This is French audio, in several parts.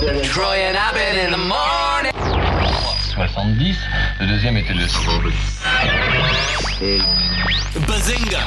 Troy and I've been in the morning. 70, le deuxième était le Bazinga.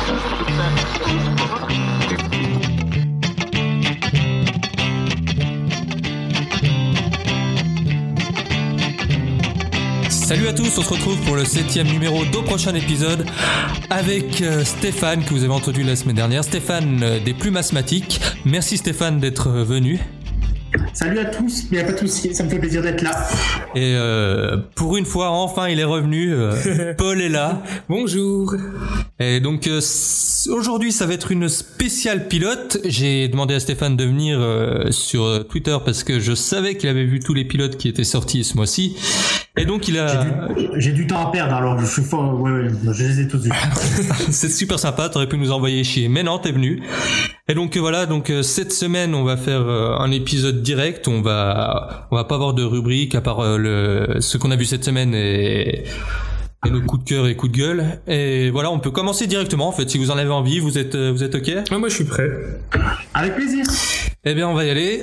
Salut à tous, on se retrouve pour le 7e numéro d'au prochain épisode avec Stéphane que vous avez entendu la semaine dernière. Stéphane des Plumes Asthmatiques. Merci Stéphane d'être venu. Salut à tous, il n'y a pas de souci, ça me fait plaisir d'être là. Et pour une fois, enfin, il est revenu. Paul est là. Bonjour. Et donc aujourd'hui, ça va être une spéciale pilote. J'ai demandé à Stéphane de venir sur Twitter parce que je savais qu'il avait vu tous les pilotes qui étaient sortis ce mois-ci. Et donc il a... J'ai du temps à perdre, alors je suis fort. Ouais, je les ai tous vus. C'est super sympa, t'aurais pu nous envoyer chier. Mais non, t'es venu. Et donc voilà, cette semaine, on va faire un épisode direct. On va pas avoir de rubrique à part ce qu'on a vu cette semaine et nos coups de cœur et coups de gueule. Et voilà, on peut commencer directement en fait. Si vous en avez envie, vous êtes ok? Moi je suis prêt. Avec plaisir. Eh bien on va y aller.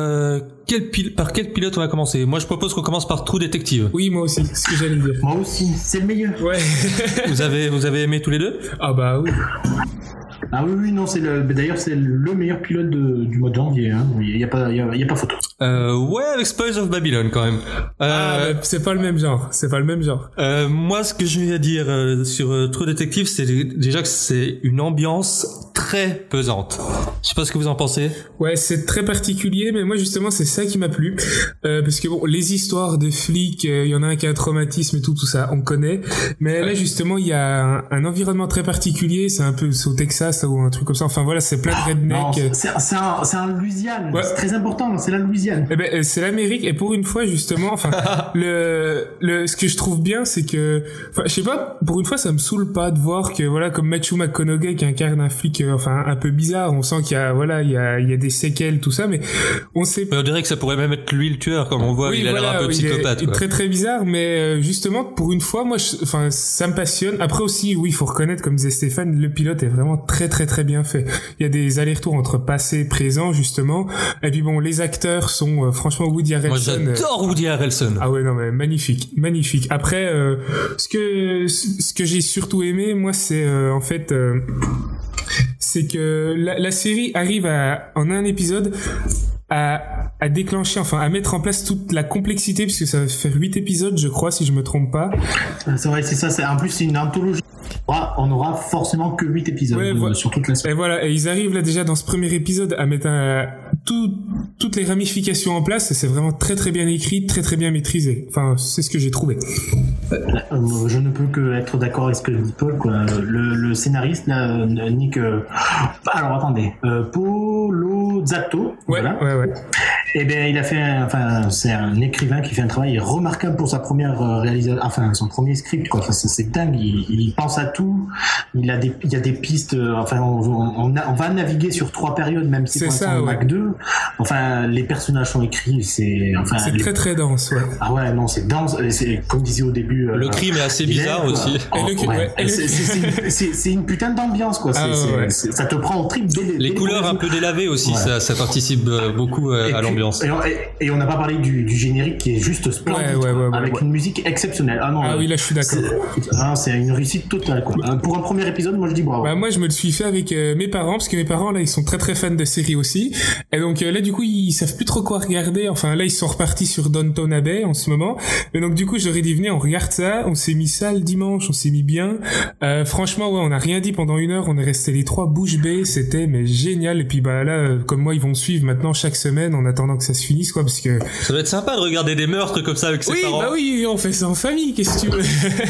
Par quel pilote on va commencer? Moi je propose qu'on commence par True Detective. Oui, moi aussi, c'est ce que j'allais dire. Moi aussi, c'est le meilleur. Ouais. Vous avez aimé tous les deux? Ah bah oui. Ah oui, non, d'ailleurs c'est le meilleur pilote du mois de janvier, hein. Il y a pas photo. Ouais, avec Spoils of Babylon quand même. C'est pas le même genre, Moi, ce que je vais dire sur True Detective, c'est déjà que c'est une ambiance très pesante. Je sais pas ce que vous en pensez. Ouais, c'est très particulier, mais moi justement c'est ça qui m'a plu, parce que bon, les histoires de flics, il y en a un qui a un traumatisme et tout ça, on connaît, mais là justement il y a un environnement très particulier, c'est au Texas ou un truc comme ça, enfin voilà, c'est plein de rednecks. C'est un Louisiane, ouais. C'est très important, c'est la Louisiane. Eh ben c'est l'Amérique, et pour une fois justement, enfin ce que je trouve bien, c'est que, enfin je sais pas, pour une fois ça me saoule pas de voir que voilà, comme Matthew McConaughey qui incarne un flic enfin un peu bizarre, on sent qu'il y a des séquelles, tout ça, mais on sait pas. On dirait que ça pourrait même être lui le tueur, comme on voit, oui, il a l'air un peu psychopathe. Il est très très bizarre, mais justement pour une fois, moi ça me passionne. Après aussi, oui, il faut reconnaître, comme disait Stéphane, le pilote est vraiment très très très bien fait. Il y a des allers-retours entre passé et présent justement, et puis bon, les acteurs sont franchement Woody Harrelson. Moi j'adore Woody Harrelson. Ah ouais, non mais magnifique. Après ce que j'ai surtout aimé, moi, c'est en fait c'est que la série arrive en un épisode à déclencher, enfin à mettre en place toute la complexité, puisque ça va faire 8 épisodes je crois, si je me trompe pas. C'est vrai, c'est ça, en plus c'est une anthologie. On aura forcément que 8 épisodes sur toute la série. Et voilà, et ils arrivent là déjà dans ce premier épisode à mettre toutes les ramifications en place, et c'est vraiment très très bien écrit, très très bien maîtrisé. Enfin, c'est ce que j'ai trouvé. Je ne peux que être d'accord avec ce que dit Paul, quoi. Le scénariste là, Nick alors attendez, Polo Zatto, ouais. Et ben il a fait c'est un écrivain qui fait un travail remarquable pour sa première réalisation, son premier script, quoi. Enfin, c'est dingue, il pense à tout, il y a des pistes, on va naviguer sur 3 périodes, même si c'est ça, Mac 2. Enfin, les personnages sont écrits, c'est très très dense, ouais. Ah ouais, non, c'est dense, c'est comme disait au début, le crime est assez bizarre aussi. C'est une putain d'ambiance, quoi. Ça te prend au trip les couleurs un peu délavées aussi, ouais. ça participe beaucoup à l'ambiance. Et on n'a pas parlé du générique qui est juste splendide, avec une musique exceptionnelle. Oui, là je suis d'accord. C'est une réussite totale, quoi. Pour un premier épisode, moi je dis bravo. Moi je me le suis fait avec mes parents, parce que mes parents là ils sont très très fans de séries aussi, et donc là du coup ils savent plus trop quoi regarder. Enfin là ils sont repartis sur Downton Abbey en ce moment, et donc du coup j'aurais dit venez, on regarde ça. On s'est mis ça le dimanche, on s'est mis bien. Franchement on n'a rien dit pendant 1 heure, on est restés les 3 bouche bée, c'était génial. Et puis là comme moi ils vont suivre maintenant chaque semaine en attendant que ça se finisse, quoi, parce que ça doit être sympa de regarder des meurtres comme ça avec ses parents. Oui, on fait ça en famille, qu'est-ce que tu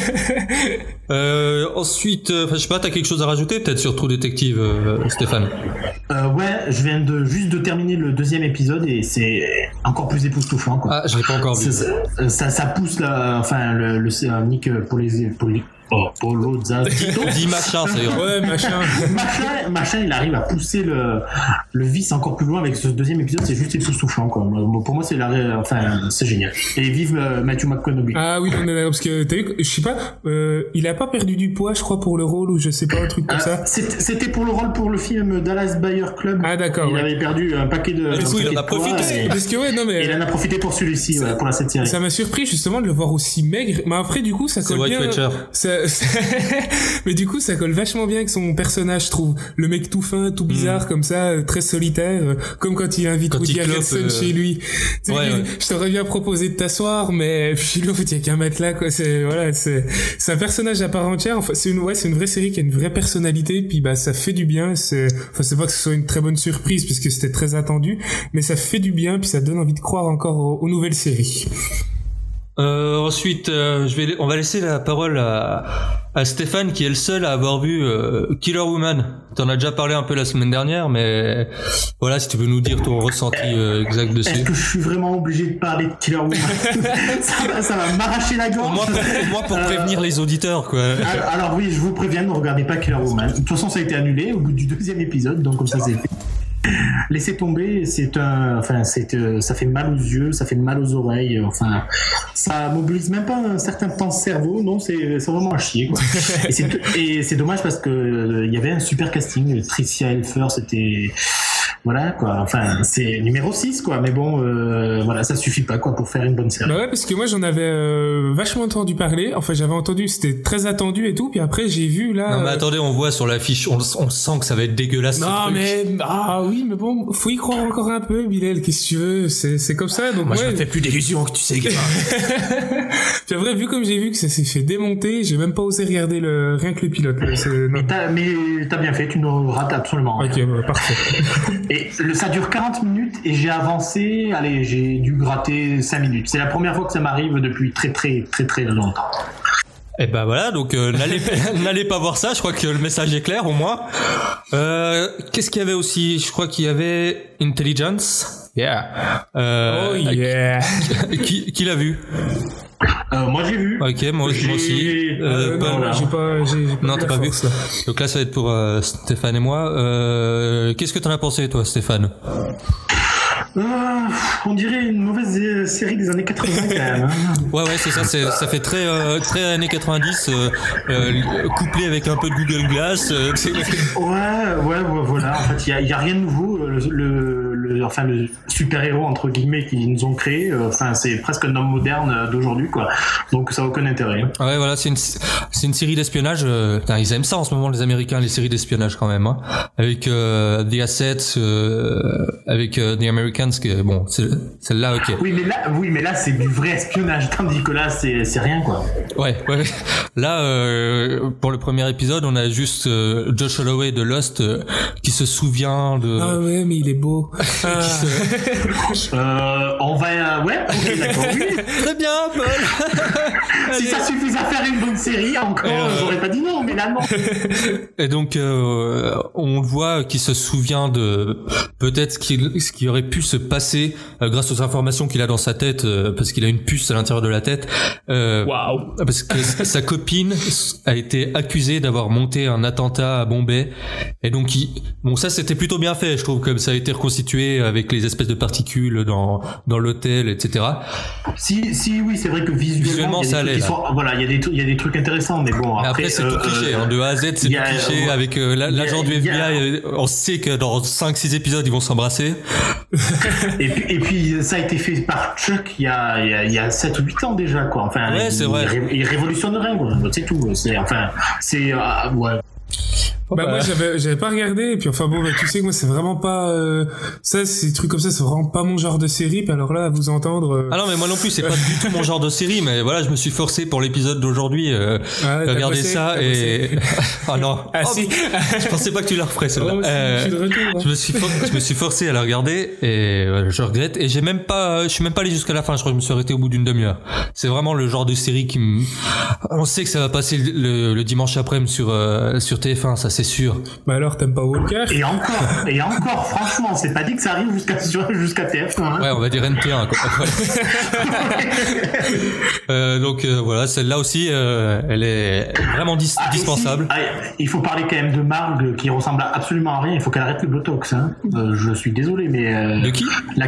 veux. Ensuite, je sais pas, t'as quelque chose à rajouter peut-être sur True Detective, Stéphane? Ouais, je viens juste de terminer le 2e épisode et c'est encore plus époustouflant, quoi. Ah, je l'ai pas encore vu. Ça pousse Nick Polo Zazito. Dis machin, ça ira. Ouais, machin, il arrive à pousser le vice encore plus loin avec ce deuxième épisode, c'est juste époustouflant, quoi. Pour moi, c'est génial. Et vive Matthew McConaughey. Ah oui, non, parce que t'as vu, je sais pas, il a pas perdu du poids, je crois, pour le rôle, ou je sais pas, un truc comme ça. C'était pour le rôle pour le film Dallas Buyer Club. Ah d'accord. Il avait perdu un paquet de. Du coup, il en a profité. Parce que ouais, non mais. Il en a profité pour celui-ci, pour cette série. Ça m'a surpris justement de le voir aussi maigre. Mais après, du coup, ça colle bien. Mais du coup, ça colle vachement bien avec son personnage, je trouve. Le mec tout fin, tout bizarre, comme ça, très solitaire, comme quand il invite Woody Harrelson chez lui. Je t'aurais bien proposé de t'asseoir, mais chez lui, en fait, il y a qu'un matelas, quoi. C'est un personnage à part entière. Enfin, c'est une vraie série qui a une vraie personnalité, puis bah, ça fait du bien. C'est pas que ce soit une très bonne surprise, puisque c'était très attendu, mais ça fait du bien, puis ça donne envie de croire encore aux nouvelles séries. Ensuite, on va laisser la parole à Stéphane, qui est le seul à avoir vu Killer Woman. T'en as déjà parlé un peu la semaine dernière, mais voilà, si tu veux nous dire ton ressenti exact dessus. Est-ce que je suis vraiment obligé de parler de Killer Woman? ça va m'arracher la gorge. Au moins pour prévenir les auditeurs, quoi. Alors oui, je vous préviens, ne regardez pas Killer Woman. De toute façon, ça a été annulé au bout du deuxième épisode, donc comme ça c'est fait. Laissez tomber, ça fait mal aux yeux, ça fait mal aux oreilles, enfin, ça mobilise même pas un certain temps de cerveau, non, c'est vraiment à chier, quoi. Et c'est dommage parce que il y avait un super casting, Tricia Helfer, c'était, voilà, quoi, enfin, c'est numéro 6, quoi, mais bon, voilà, ça suffit pas, quoi, pour faire une bonne série. Bah ouais, parce que moi j'en avais vachement entendu parler, enfin j'avais entendu, c'était très attendu et tout, puis après j'ai vu là... Non mais attendez, on voit sur l'affiche, on sent que ça va être dégueulasse. Non mais, oui, mais bon, faut y croire encore un peu, Bilal, qu'est-ce que tu veux, c'est comme ça, donc moi je me fais plus d'illusions, que tu sais, gamin. Puis après, vu comme j'ai vu que ça s'est fait démonter, j'ai même pas osé regarder rien que le pilote. Mais t'as bien fait, tu ne rates absolument rien. Ok, bah, parfait. Et ça dure 40 minutes et j'ai avancé, j'ai dû gratter 5 minutes. C'est la première fois que ça m'arrive depuis très très très très longtemps. Et ben voilà, donc n'allez pas voir ça, je crois que le message est clair au moins. Qu'est-ce qu'il y avait aussi? Je crois qu'il y avait Intelligence. Yeah. Oh yeah. Qui l'a vu? Moi j'ai vu. Ok, moi aussi. Non, j'ai pas non, t'as pas vu ça. Donc là, ça va être pour Stéphane et moi. Qu'est-ce que t'en as pensé, toi, Stéphane? On dirait une mauvaise série des années 80 quand même. Ouais, c'est ça. Ça fait très années 90, couplé avec un peu de Google Glass. Ouais, voilà. En fait, il y a rien de nouveau. Le super-héros entre guillemets qu'ils nous ont créé, c'est presque un homme moderne d'aujourd'hui, quoi. Donc ça n'a aucun intérêt. Ouais, voilà, c'est une série d'espionnage. Ils aiment ça en ce moment, les Américains, les séries d'espionnage quand même, hein. Avec The Assets, avec The Americans, que bon, celle-là, ok. Oui, mais là c'est du vrai espionnage, tandis que là c'est rien, quoi. Ouais. Là, pour le premier épisode, on a juste Josh Holloway de Lost qui se souvient de. Ah ouais, mais il est beau. On va, ouais, ok, d'accord, oui. Très bien, Paul. Si ça suffisait à faire une bonne série, encore, j'aurais pas dit non, mais là non. Et donc, on voit qu'il se souvient de peut-être ce qui aurait pu se passer grâce aux informations qu'il a dans sa tête, parce qu'il a une puce à l'intérieur de la tête. Waouh. Parce que sa copine a été accusée d'avoir monté un attentat à Bombay. Et donc, ça c'était plutôt bien fait, je trouve, comme ça a été reconstitué avec les espèces de particules dans l'hôtel, etc. Si, oui, c'est vrai que visuellement ça allait. Voilà, il y a des trucs intéressants, mais bon. Après c'est tout cliché, de A à Z, c'est tout cliché avec l'agent du FBI. On sait que dans 5-6 épisodes, ils vont s'embrasser. et puis ça a été fait par Chuck il y a 7 ou 8 ans déjà, quoi. Enfin, ouais, c'est vrai. Il révolutionne rien, quoi. C'est tout. Ouais. Bah moi j'avais pas regardé, et puis enfin bon, tu sais que moi c'est vraiment pas ça, ces trucs comme ça, c'est vraiment pas mon genre de série. Puis alors là, à vous entendre ah non, mais moi non plus c'est pas du tout mon genre de série, mais voilà, je me suis forcé pour l'épisode d'aujourd'hui regarder ça et ah non, si je pensais pas que tu la referais celle-là. Je suis de retour, je me suis forcé à la regarder et je regrette, et je suis même pas allé jusqu'à la fin. Je crois que je me suis arrêté au bout d'une demi-heure. C'est vraiment le genre de série on sait que ça va passer le dimanche après-midi sur TF1, ça c'est c'est sûr. Bah alors, t'aimes pas Walker? Et encore, franchement, c'est pas dit que ça arrive jusqu'à TF1. Hein. Ouais, on va dire NT1, quoi. Donc voilà, celle-là aussi, elle est vraiment dispensable. Aussi, il faut parler quand même de Marg qui ressemble absolument à rien. Il faut qu'elle arrête le Botox. Hein. Je suis désolé, mais de qui?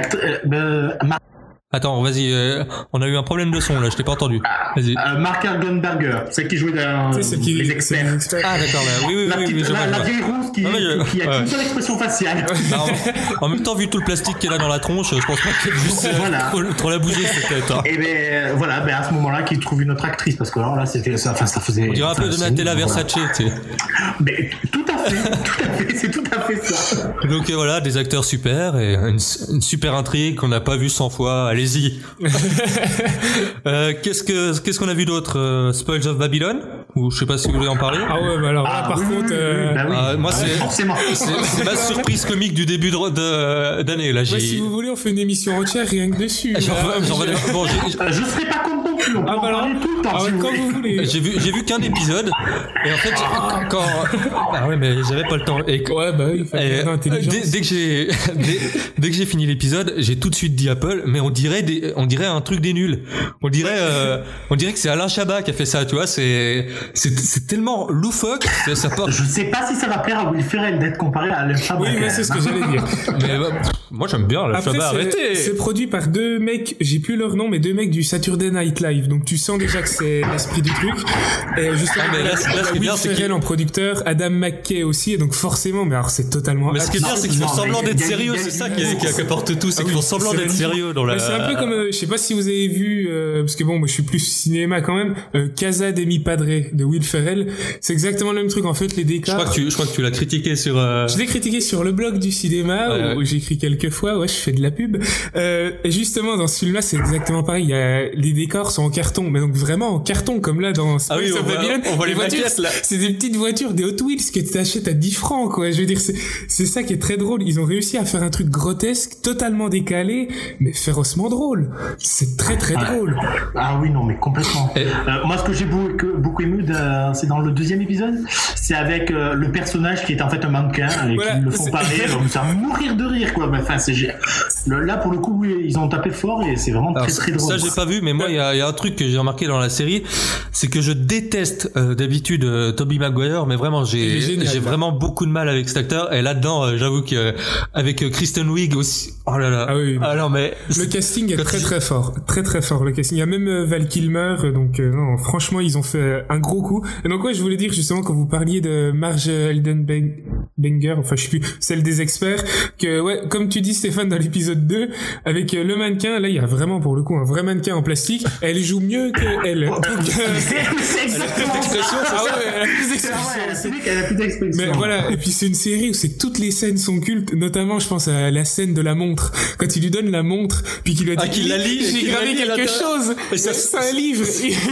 Attends, vas-y, on a eu un problème de son là, je t'ai pas entendu. Vas-y. Mark Ergenberger, celle qui jouait dans Les Experts. Ah d'accord, là, oui, la vieille rousse qui a qu'une seule expression faciale. En même temps, vu tout le plastique qu'elle a dans la tronche, je pense pas qu'elle puisse trop la bouger cette tête. Hein. Et à ce moment-là, qu'il trouve une autre actrice, parce que alors là, c'était ça, ça faisait. On dirait un peu Donatella Versace, tu sais. Mais tout à fait, c'est tout à fait ça. Donc voilà, des acteurs super et une super intrigue qu'on n'a pas vu 100 fois. Allez-y. Qu'est-ce qu'on a vu d'autre? Spoils of Babylon? Ou je sais pas si vous voulez en parler. Ah ouais, bah alors là, par contre, moi c'est ma surprise comique du début d'année là. Si vous voulez, on fait une émission entière rien que dessus. Je serai pas content non plus. On peut en parler tout le temps. Quand vous voulez. J'ai vu qu'un épisode et en fait mais j'avais pas le temps. Et dès que j'ai fini l'épisode, j'ai tout de suite dit Apple, mais on dirait un truc des nuls. On dirait que c'est Alain Chabat qui a fait ça, tu vois. C'est tellement loufoque. Ça part. Je sais pas si ça va plaire à Will Ferrell d'être comparé à Alain Chabat. Oui, mais c'est ce que j'allais dire. Mais moi j'aime bien Alain Chabat. Arrêtez. C'est produit par deux mecs, j'ai plus leur nom, mais deux mecs du Saturday Night Live. Donc tu sens déjà que c'est l'esprit du truc. Et justement, Will Ferrell en producteur, Adam McKay aussi, et donc forcément, mais alors c'est totalement. Mais ce qui est bien, c'est qu'ils font semblant d'être sérieux. C'est ça qui apporte tout, c'est qu'ils font semblant d'être sérieux dans la. C'est un peu comme, je sais pas si vous avez vu, parce que bon, moi je suis plus cinéma quand même, Casa de mi Padre de Will Ferrell. C'est exactement le même truc en fait, les décors. Je crois que tu l'as critiqué sur. Je l'ai critiqué sur le blog du cinéma où j'écris quelques fois. Ouais, je fais de la pub. Et justement dans ce film-là, c'est exactement pareil. Les décors sont en carton, mais donc vraiment en carton comme là dans. On voit les maquettes là. C'est des petites voitures, des Hot Wheels que tu achètes à 10 francs quoi. Je veux dire, c'est ça qui est très drôle. Ils ont réussi à faire un truc grotesque, totalement décalé, mais férocement drôle. C'est très très drôle. Ah oui, non, mais complètement. Moi, ce que j'ai beaucoup aimé, c'est dans le deuxième épisode, c'est avec le personnage qui est en fait un mannequin et qui le font parler, ça va mourir de rire, quoi. Enfin, là, pour le coup, oui, ils ont tapé fort et c'est vraiment très très drôle. Ça, j'ai pas vu, mais moi, il y a un truc que j'ai remarqué dans la série, c'est que je déteste d'habitude Tobey Maguire, mais vraiment, j'ai vraiment beaucoup de mal avec cet acteur. Et là-dedans, j'avoue que avec Kristen Wiig aussi. Oh là là. Ah oui. Alors, mais le casting est très très fort, très très fort le casting. Il y a même Val Kilmer, donc non, franchement ils ont fait un gros coup. Et donc je voulais dire justement quand vous parliez de Marge Eldenbanger, enfin je sais plus, celle des experts, que comme tu dis Stéphane dans l'épisode 2, avec le mannequin, là il y a vraiment pour le coup un vrai mannequin en plastique, elle joue mieux que elle. C'est exactement l'expression, elle a plus d'expression. C'est vrai qu'elle a plus d'expression. Mais voilà, et puis c'est une série où c'est que toutes les scènes sont cultes, notamment je pense à la scène de la montre, quand il lui donne la montre, puis qu'il lui a dit qu'il la lit, j'ai gravé quelque chose, c'est un livre.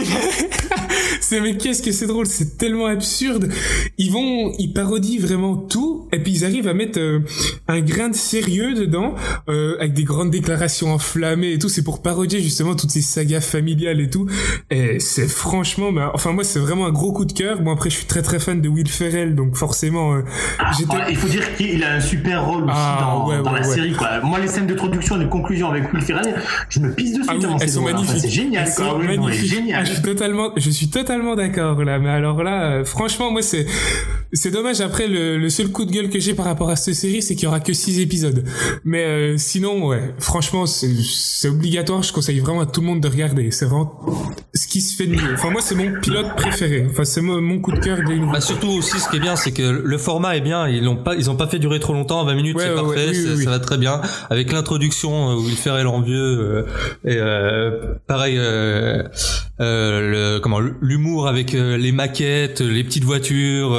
Mais qu'est-ce que c'est drôle, c'est tellement absurde. Ils parodient vraiment tout, et puis ils arrivent à mettre un grain de sérieux dedans, avec des grandes déclarations enflammées et tout. C'est pour parodier justement toutes ces sagas familiales et tout. Et c'est franchement, enfin moi c'est vraiment un gros coup de cœur. Bon après je suis très très fan de Will Ferrell, donc forcément il faut dire qu'il a un super rôle aussi dans la série, quoi. Moi les scènes d'introduction et de conclusion avec Will Ferrell, je me pisse dessus. Elles sont magnifiques. C'est génial. Génial. Je suis totalement d'accord là. Mais alors là, franchement, moi c'est dommage. Après, le seul coup de gueule que j'ai par rapport à cette série, c'est qu'il y aura que 6 épisodes. Mais sinon, ouais, franchement, c'est obligatoire. Je conseille vraiment à tout le monde de regarder. C'est vraiment ce qui se fait de mieux. Enfin, moi, c'est mon pilote préféré. Enfin, c'est mon coup de cœur des nouveaux. Surtout aussi, ce qui est bien, c'est que le format est bien. Ils ont pas fait durer trop longtemps. 20 minutes, c'est parfait. Ça va très bien. Avec l'introduction où il fait en vieux et pareil, l'humour avec les maquettes, les petites voitures,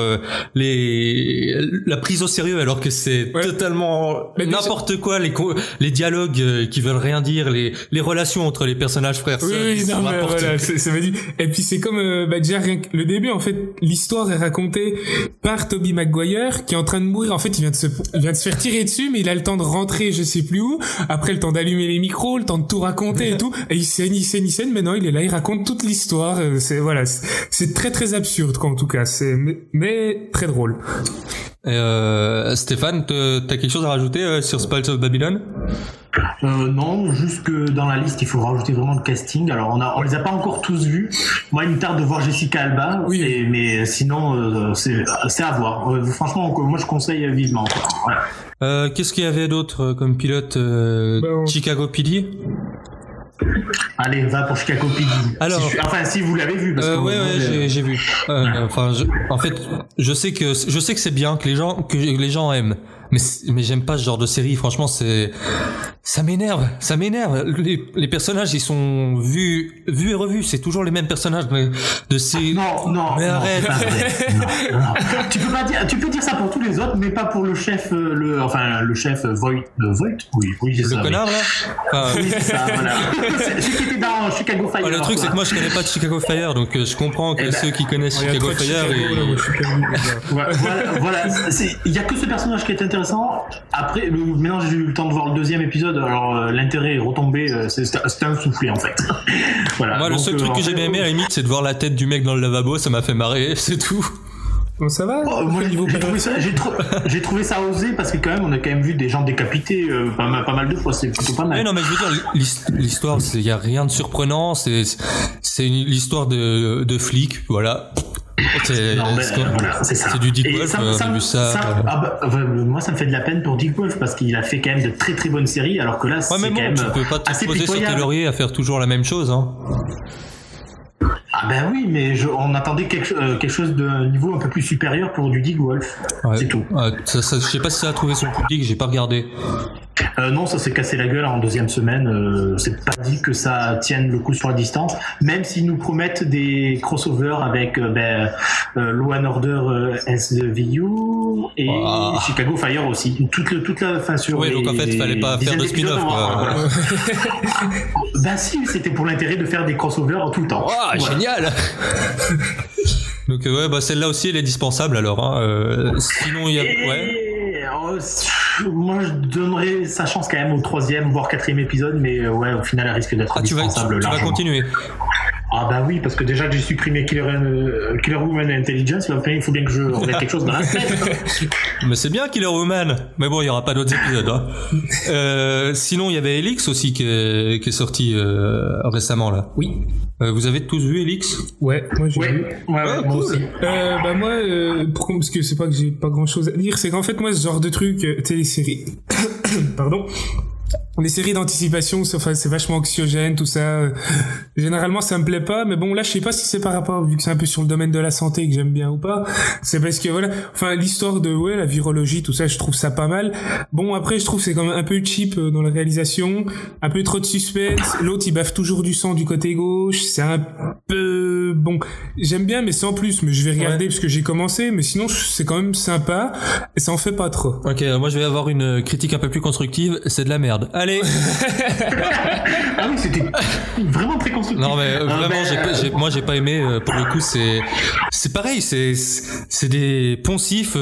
la prise au sérieux alors que c'est totalement n'importe quoi, les dialogues qui veulent rien dire, les relations entre les personnages frères sœurs. C'est magnifique. Et puis c'est comme déjà rien que le début, en fait l'histoire est racontée par Tobey Maguire qui est en train de mourir. En fait il vient de se faire tirer dessus, mais il a le temps de rentrer je sais plus où, après le temps d'allumer les micros, le temps de tout raconter et tout, et il scène, maintenant il est là, il raconte toute l'histoire. C'est très très absurde quoi, en tout cas. Mais très drôle. Stéphane, t'as quelque chose à rajouter sur Spies of Babylon? Non, juste que dans la liste, il faut rajouter vraiment le casting. Alors, on les a pas encore tous vus. Moi, il me tarde de voir Jessica Alba, oui. mais sinon, c'est à voir. Franchement, moi, je conseille vivement. Voilà. Qu'est-ce qu'il y avait d'autre comme pilote? Chicago PD? Allez, va pour Chicago PD. Alors, si vous l'avez vu. Parce que j'ai vu. En fait, je sais que c'est bien que les gens aiment. Mais j'aime pas ce genre de série, franchement, ça m'énerve. Les personnages, ils sont vus et revus, c'est toujours les mêmes personnages de ces... Non. Mais arrête. Non. Tu peux dire ça pour tous les autres, mais pas pour le chef, le chef Voight. Oui, c'est ça. Le connard, là? Oui, c'est ça, voilà. C'est celui qui était dans Chicago Fire. Le truc, c'est que moi, je connais pas de Chicago Fire, donc je comprends que ceux qui connaissent Chicago Fire... Voilà, il y a que ce personnage qui est intéressant. Après, maintenant j'ai eu le temps de voir le deuxième épisode, alors l'intérêt est retombé, c'était un soufflé en fait. Voilà. Moi, le seul truc que j'ai bien aimé à la limite, c'est de voir la tête du mec dans le lavabo, ça m'a fait marrer, c'est tout. Bon, ça va. Moi, j'ai trouvé ça osé parce que quand même, on a quand même vu des gens décapités pas mal de fois, c'est plutôt pas mal. Mais non, mais je veux dire, l'histoire, il y a rien de surprenant, c'est l'histoire de flics, voilà. C'est du Dick Wolf, on a vu ça. Moi, ça me fait de la peine pour Dick Wolf parce qu'il a fait quand même de très très bonnes séries, alors que là, c'est mais quand même tu peux pas te poser sur tes lauriers à faire toujours la même chose, hein. Ah ben oui, mais on attendait quelque chose d'un niveau un peu plus supérieur pour du Dick Wolf. Ouais. C'est tout. Je sais pas si ça a trouvé son public, j'ai pas regardé. Non, ça s'est cassé la gueule en deuxième semaine. C'est pas dit que ça tienne le coup sur la distance, même s'ils nous promettent des crossovers avec Law & Order SVU et Chicago Fire aussi. Toute la fin sur. Oui, donc en fait, il fallait pas faire de spin-off. Ben si, c'était pour l'intérêt de faire des crossovers tout le temps. Voilà. Génial. Donc celle-là aussi, elle est dispensable alors. Hein. Sinon, il y a. Moi, je donnerais sa chance quand même au 3e voire 4e épisode, mais au final, elle risque d'être dispensable. Tu vas continuer. Ah bah oui, parce que déjà j'ai supprimé Killer Woman et Intelligence, il faut bien que je remette quelque chose dans la semaine. Mais c'est bien Killer Woman, mais bon, il y aura pas d'autres épisodes. Hein. Sinon, il y avait Elix aussi qui est sorti récemment là. Oui. Vous avez tous vu Elix? Ouais, moi j'ai vu. Ouais, cool. Moi aussi. Parce que c'est pas que j'ai pas grand chose à dire, c'est qu'en fait moi ce genre de truc, télésérie, pardon. Les séries d'anticipation, c'est vachement anxiogène, tout ça. Généralement, ça me plaît pas, mais bon, là, je sais pas si c'est par rapport, vu que c'est un peu sur le domaine de la santé que j'aime bien ou pas. C'est parce que voilà, l'histoire de la virologie, tout ça, je trouve ça pas mal. Bon, après, je trouve que c'est quand même un peu cheap dans la réalisation, un peu trop de suspense. L'autre, il baffe toujours du sang du côté gauche. C'est un peu bon. J'aime bien, mais sans plus. Mais je vais regarder parce que j'ai commencé, mais sinon, c'est quand même sympa et ça en fait pas trop. Ok, moi, je vais avoir une critique un peu plus constructive. C'est de la merde. Allez. Ah oui, c'était vraiment très constructif. Non mais vraiment, moi j'ai pas aimé. Pour le coup, c'est pareil, c'est des poncifs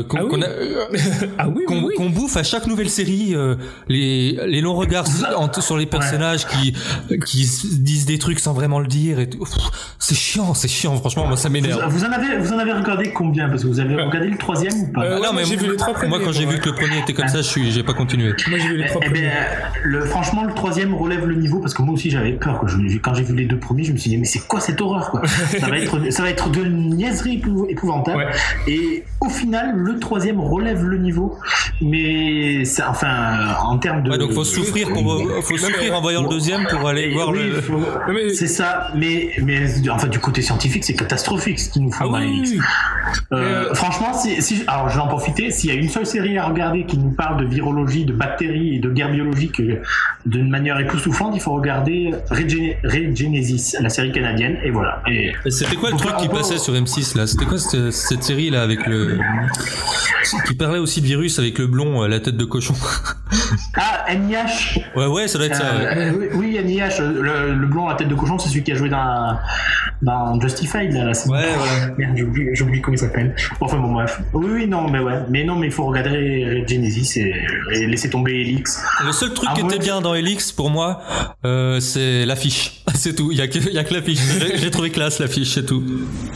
qu'on bouffe à chaque nouvelle série. Les longs regards sur les personnages qui disent des trucs sans vraiment le dire. Et tout. C'est chiant. Franchement, moi ça m'énerve. Vous en avez regardé combien? Parce que vous avez regardé le 3e ou pas? Non, mais j'ai vu les 3 premiers. Moi, quand j'ai vu que le premier était comme ça, j'ai pas continué. Moi, j'ai vu les 3 premiers. Franchement, le 3e relève le niveau parce que moi aussi j'avais peur. Quand j'ai vu les 2 premiers, je me suis dit mais c'est quoi cette horreur quoi. Ça va être de niaiserie épouvantable. Ouais. Et au final, le 3e relève le niveau, mais en termes de. Donc faut souffrir en voyant le 2e pour aller voir C'est ça, mais enfin du côté scientifique, c'est catastrophique ce qu'ils nous font. Franchement, alors je vais en profiter. S'il y a une seule série à regarder qui nous parle de virologie, de bactéries et de guerre biologique d'une manière époustouflante, il faut regarder Regenesis, la série canadienne, et voilà. Et c'était quoi le truc qui passait sur M6 là? C'était quoi cette série là avec qui parlait aussi de virus avec le blond, la tête de cochon? Ah, NIH. Ouais, ça doit être ça. Oui, NIH, le blond, la tête de cochon, c'est celui qui a joué dans Justified là. Ouais. Merde, j'oublie comment il s'appelle. Enfin bon, bref. Oui, non, mais il faut regarder Genesis et laisser tomber Elix. Le seul truc qui était bien dans Elix pour moi, c'est l'affiche. C'est tout. Il y a que l'affiche. J'ai trouvé classe l'affiche, c'est tout.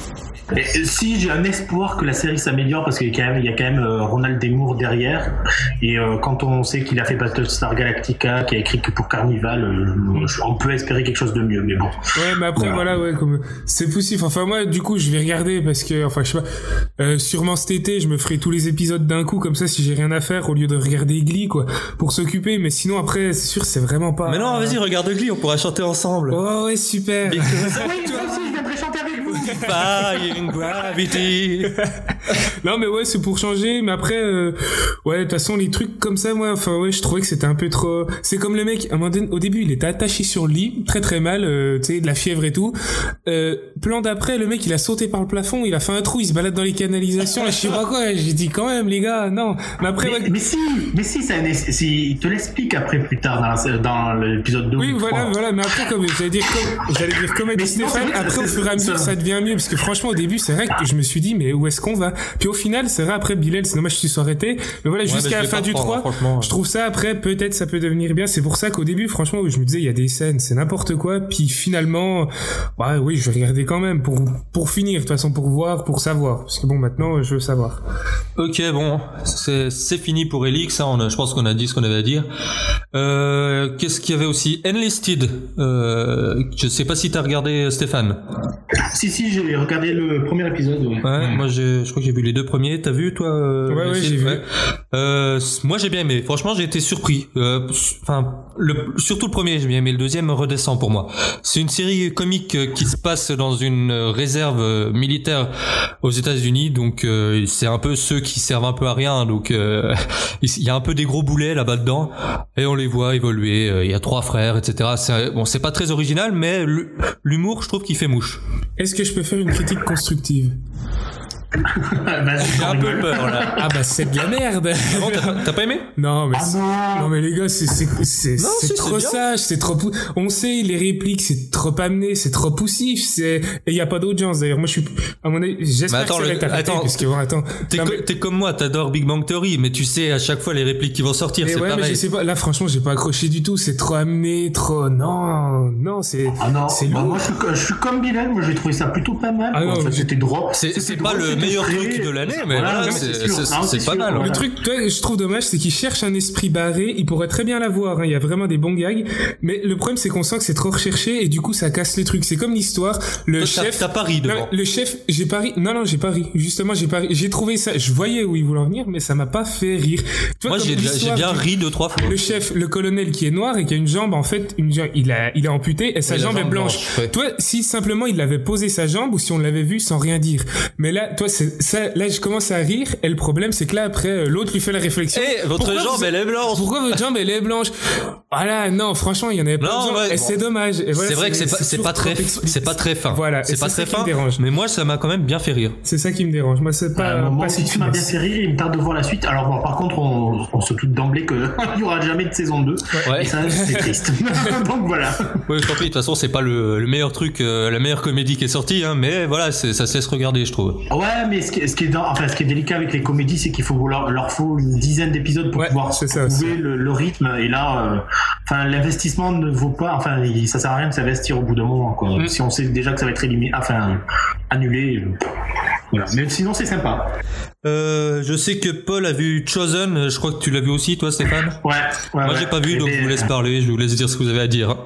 Et si j'ai un espoir que la série s'améliore, parce qu'il y a quand même Ronald D. Moore derrière, et quand on sait qu'il a fait Battlestar Galactica, qui a écrit que pour Carnival, on peut espérer quelque chose de mieux, mais bon. Ouais, mais après voilà, ouais, comme c'est poussif. Enfin moi, du coup, je vais regarder parce que, enfin, je sais pas, sûrement cet été, je me ferai tous les épisodes d'un coup, comme ça, si j'ai rien à faire, au lieu de regarder Glee, quoi, pour s'occuper. Mais sinon après, c'est sûr, c'est vraiment pas. Mais non, vas-y, regarde Glee, on pourra chanter ensemble. Oh ouais, super. Oui, moi aussi, je viendrai chanter avec vous. Defying Gravity. Non mais ouais, c'est pour changer. Mais après, ouais, de toute façon, les trucs comme ça, moi, enfin ouais, je trouvais que c'était un peu trop. C'est comme le mec, à un moment donné, au début, il était attaché sur le lit, très très mal, tu sais, de la fièvre et tout. Plan d'après, le mec, il a sauté par le plafond, il a fait un trou, il se balade dans les canalisations. Là, je sais pas quoi. J'ai dit quand même, les gars, non. Mais après, mais si, il te l'explique après plus tard dans l'épisode 2. Oui, voilà. Mais après, comme j'allais dire comme a dit Stéphane, après au fur et à mesure, ça devient mieux, parce que franchement, au début, c'est vrai que je me suis dit, mais où est-ce qu'on va? Puis au final, c'est vrai, après Bilal, c'est dommage que tu sois arrêté. Mais voilà, jusqu'à la fin du 3, je trouve ça après, peut-être ça peut devenir bien. C'est pour ça qu'au début, franchement, je me disais, il y a des scènes, c'est n'importe quoi. Puis finalement, bah oui, je vais regarder quand même pour finir, de toute façon, pour voir, pour savoir. Parce que bon, maintenant, je veux savoir. Ok, bon, c'est fini pour Elix, hein, je pense qu'on a dit ce qu'on avait à dire. Qu'est-ce qu'il y avait aussi? Enlisted. Je sais pas si t'as regardé, Stéphane. Si, j'ai regardé le premier épisode. Ouais, moi je crois que j'ai vu les 2 premiers. T'as vu toi? Ouais, j'ai vu. Moi j'ai bien aimé. Franchement, j'ai été surpris. Enfin, surtout le premier, j'ai bien aimé. Le deuxième redescend pour moi. C'est une série comique qui se passe dans une réserve militaire aux États-Unis. Donc c'est un peu ceux qui servent un peu à rien. Donc il y a un peu des gros boulets là-bas dedans et on les voit évoluer. Il y a 3 frères, etc. C'est pas très original, mais l'humour, je trouve qu'il fait mouche. Est-ce que je peux faire une critique constructive? J'ai un peu peur là. Ah bah c'est de la merde. Ah bon, t'as pas aimé? Non mais non mais les gars, c'est trop sage, c'est trop on sait les répliques, c'est trop amené, c'est trop poussif, et il y a pas d'audience d'ailleurs. Moi je suis à mon avis, j'espère que ça va être arrêté parce que bon, attends. T'es comme moi, t'adores Big Bang Theory, mais tu sais à chaque fois les répliques qui vont sortir, c'est ouais, pareil. Mais je sais pas, là franchement, j'ai pas accroché du tout, c'est trop amené, trop non, c'est c'est lourd. Moi je suis comme Bilal, moi j'ai trouvé ça plutôt pas mal. C'était drôle. C'est pas le meilleur truc de l'année, mais voilà, c'est pas mal. Le truc, toi, je trouve dommage, c'est qu'il cherche un esprit barré. Il pourrait très bien l'avoir, hein. Il y a vraiment des bons gags. Mais le problème, c'est qu'on sent que c'est trop recherché et du coup, ça casse les trucs. C'est comme l'histoire. Le chef. T'as pas ri devant. Non, le chef, j'ai pas ri. Non, j'ai pas ri. Justement, j'ai pas ri. J'ai trouvé ça. Je voyais où il voulait en venir, mais ça m'a pas fait rire. Moi, j'ai bien ri 2-3 fois. Le chef, le colonel qui est noir et qui a une jambe, en fait, il est amputé et sa jambe est blanche. Ouais. Toi, si simplement il avait posé sa jambe ou si on l'avait vu sans rien dire. Mais là, toi, là, je commence à rire et le problème, c'est que là, après, l'autre lui fait la réflexion. Votre jambe, elle est blanche. Pourquoi votre jambe, elle est blanche? Voilà, non, franchement, il y en avait pas besoin. Et c'est dommage. Et voilà, c'est vrai que c'est pas très fin. Voilà. C'est pas très fin. Dérange. Mais moi, ça m'a quand même bien fait rire. C'est ça qui me dérange. Moi, c'est pas, moi aussi, tu m'as bien fait rire, il me tarde de voir la suite. Alors bon, par contre, on se doute d'emblée qu'il y aura jamais de saison 2. Ouais. Et ça, c'est triste. Donc voilà. Oui, je t'en prie, de toute façon, c'est pas le meilleur truc, la meilleure comédie qui est sortie, hein, mais voilà, ça se laisse regarder, je trouve. Ouais, mais ce qui est délicat avec les comédies, c'est qu'il leur faut une dizaine d'épisodes pour pouvoir trouver le rythme. Et là, l'investissement ne vaut pas, ça sert à rien de s'investir au bout d'un moment, quoi. Si on sait déjà que ça va être annulé. Voilà. Mais sinon, c'est sympa. Je sais que Paul a vu Chosen, je crois que tu l'as vu aussi, toi, Stéphane. Ouais. Moi, j'ai pas vu, donc je vous laisse parler, je vous laisse dire ce que vous avez à dire.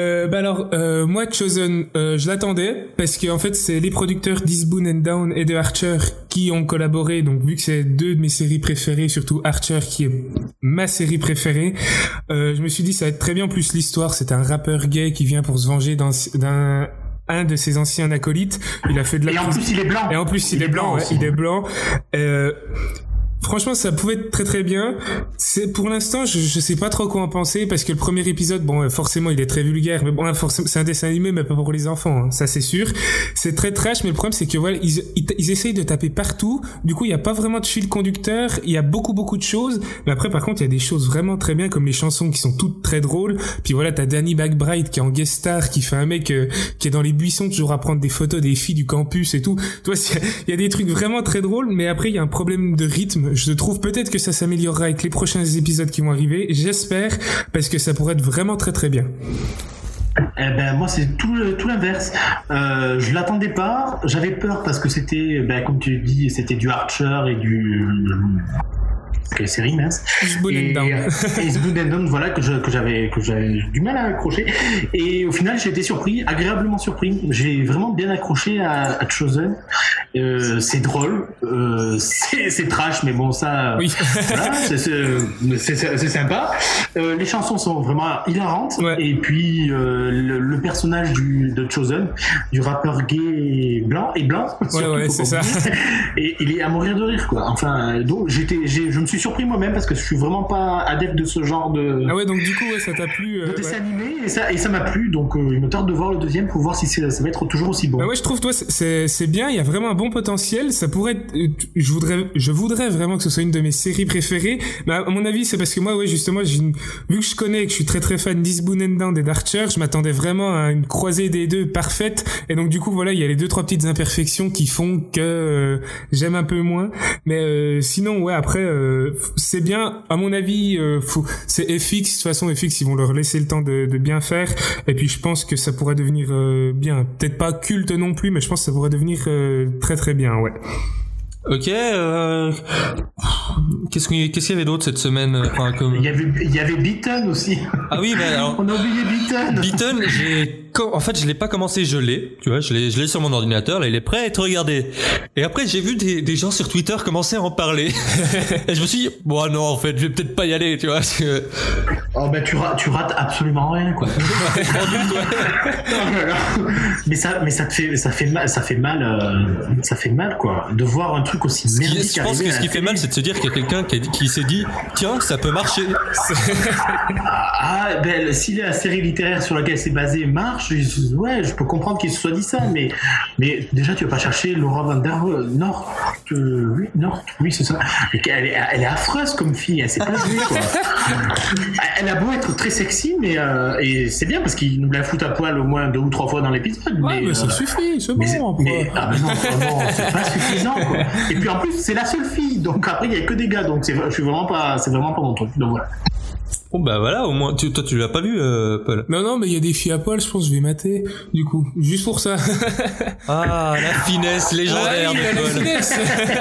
Moi, Chosen, je l'attendais, parce que en fait, c'est les producteurs d'Eastbound and Down et de Archer qui ont collaboré, donc vu que c'est 2 de mes séries préférées, surtout Archer qui est ma série préférée, je me suis dit ça va être très bien. En plus, l'histoire, c'est un rappeur gay qui vient pour se venger d'un de ses anciens acolytes. Il a fait de la... Et en plus, il est blanc. Et en plus, il est blanc, ouais, il est blanc. Franchement, ça pouvait être très très bien. C'est pour l'instant, je sais pas trop quoi en penser parce que le premier épisode, bon, forcément, il est très vulgaire, mais bon, forcément, c'est un dessin animé, mais pas pour les enfants, hein, ça c'est sûr. C'est très trash, mais le problème c'est que voilà, ils essayent de taper partout. Du coup, il y a pas vraiment de fil conducteur. Il y a beaucoup de choses, mais après, par contre, il y a des choses vraiment très bien, comme les chansons qui sont toutes très drôles. Puis voilà, t'as Danny McBride qui est en guest star, qui fait un mec qui est dans les buissons toujours à prendre des photos des filles du campus et tout. Tu vois, il y a des trucs vraiment très drôles, mais après, il y a un problème de rythme. Je trouve peut-être que ça s'améliorera avec les prochains épisodes qui vont arriver. J'espère, parce que ça pourrait être vraiment très très bien. Eh ben moi c'est tout l'inverse. Je l'attendais pas, j'avais peur parce que c'était, comme tu dis, c'était du Archer et du quelle série mince. Eastbound and Down, voilà que j'avais du mal à accrocher. Et au final j'ai été surpris, agréablement surpris. J'ai vraiment bien accroché à Chosen. C'est drôle, c'est trash, mais bon ça, oui. Voilà, c'est sympa. Les chansons sont vraiment hilarantes. Ouais. Et puis le personnage de Chosen, du rappeur gay blanc, ouais, c'est ça. Et il est à mourir de rire quoi. Enfin donc je me suis surpris moi-même parce que je suis vraiment pas adepte de ce genre de. Ah ouais, donc du coup ça t'a plu. De dessin animé et ça m'a plu, donc il me tarde de voir le deuxième pour voir si ça va être toujours aussi bon. Bah ouais, je trouve toi c'est bien, il y a vraiment un bon potentiel, ça pourrait être, je voudrais vraiment que ce soit une de mes séries préférées, mais à mon avis c'est parce que moi ouais justement vu que je connais et que je suis très très fan d'Eastbound and Down et d'Archer, je m'attendais vraiment à une croisée des deux parfaite, et donc du coup voilà, il y a les 2-3 petites imperfections qui font que j'aime un peu moins, mais sinon ouais après c'est bien à mon avis. C'est FX, de toute façon FX ils vont leur laisser le temps de bien faire, et puis je pense que ça pourrait devenir bien, peut-être pas culte non plus, mais je pense que ça pourrait devenir très très bien, ouais. Ok, qu'est-ce qu'il y avait d'autre cette semaine, enfin, comme... Il y avait Beaton aussi. Ah oui, mais alors... On a oublié Beaton. Beaton, en fait, je l'ai pas commencé, je l'ai sur mon ordinateur, là, il est prêt à être regardé. Et après, j'ai vu des gens sur Twitter commencer à en parler. Et je me suis dit, bon, non, en fait, je vais peut-être pas y aller, tu vois, parce que... Oh, ben, tu rates absolument rien, quoi. Mais ça fait mal, quoi, de voir un truc aussi merdique. Je pense que ce qui fait mal, c'est de se dire qu'il y a quelqu'un qui s'est dit, tiens, ça peut marcher. Si la série littéraire sur laquelle c'est basé marche, ouais, je peux comprendre qu'il se soit dit ça, mais déjà tu vas pas chercher Laura Vandervoort, oui c'est ça. Elle est affreuse comme fille, elle sait pas jouer quoi. Elle a beau être très sexy, mais et c'est bien parce qu'il nous la fout à poil au moins 2 ou 3 fois dans l'épisode. Ouais, mais ça suffit, c'est bon. Mais non, vraiment, c'est pas suffisant quoi. Et puis en plus c'est la seule fille, donc après il y a que des gars, donc c'est vraiment pas mon truc. Donc voilà. Bon bah voilà, au moins toi tu l'as pas vu, Paul. Non mais il y a des filles à poil, je pense que je vais mater du coup, juste pour ça. Ah, la finesse légendaire de Paul. La finesse.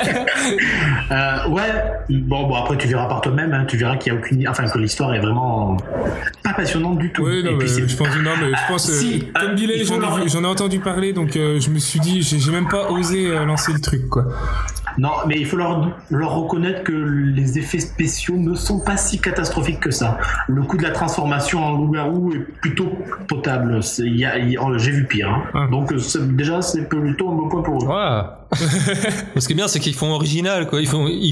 Ouais, bon après tu verras par toi-même, hein, tu verras qu'il y a aucune, enfin que l'histoire est vraiment pas passionnante du tout. Oui, non, mais je pense comme Bilal, j'en ai entendu parler, donc je me suis dit, j'ai même pas osé lancer le truc quoi. Non, mais il faut leur reconnaître que les effets spéciaux ne sont pas si catastrophiques que ça. Le coup de la transformation en loup-garou est plutôt potable. J'ai vu pire. Hein. Ah. Donc déjà, c'est plutôt un bon point pour eux. Ouais. Ce qui est bien, c'est qu'ils font original, quoi.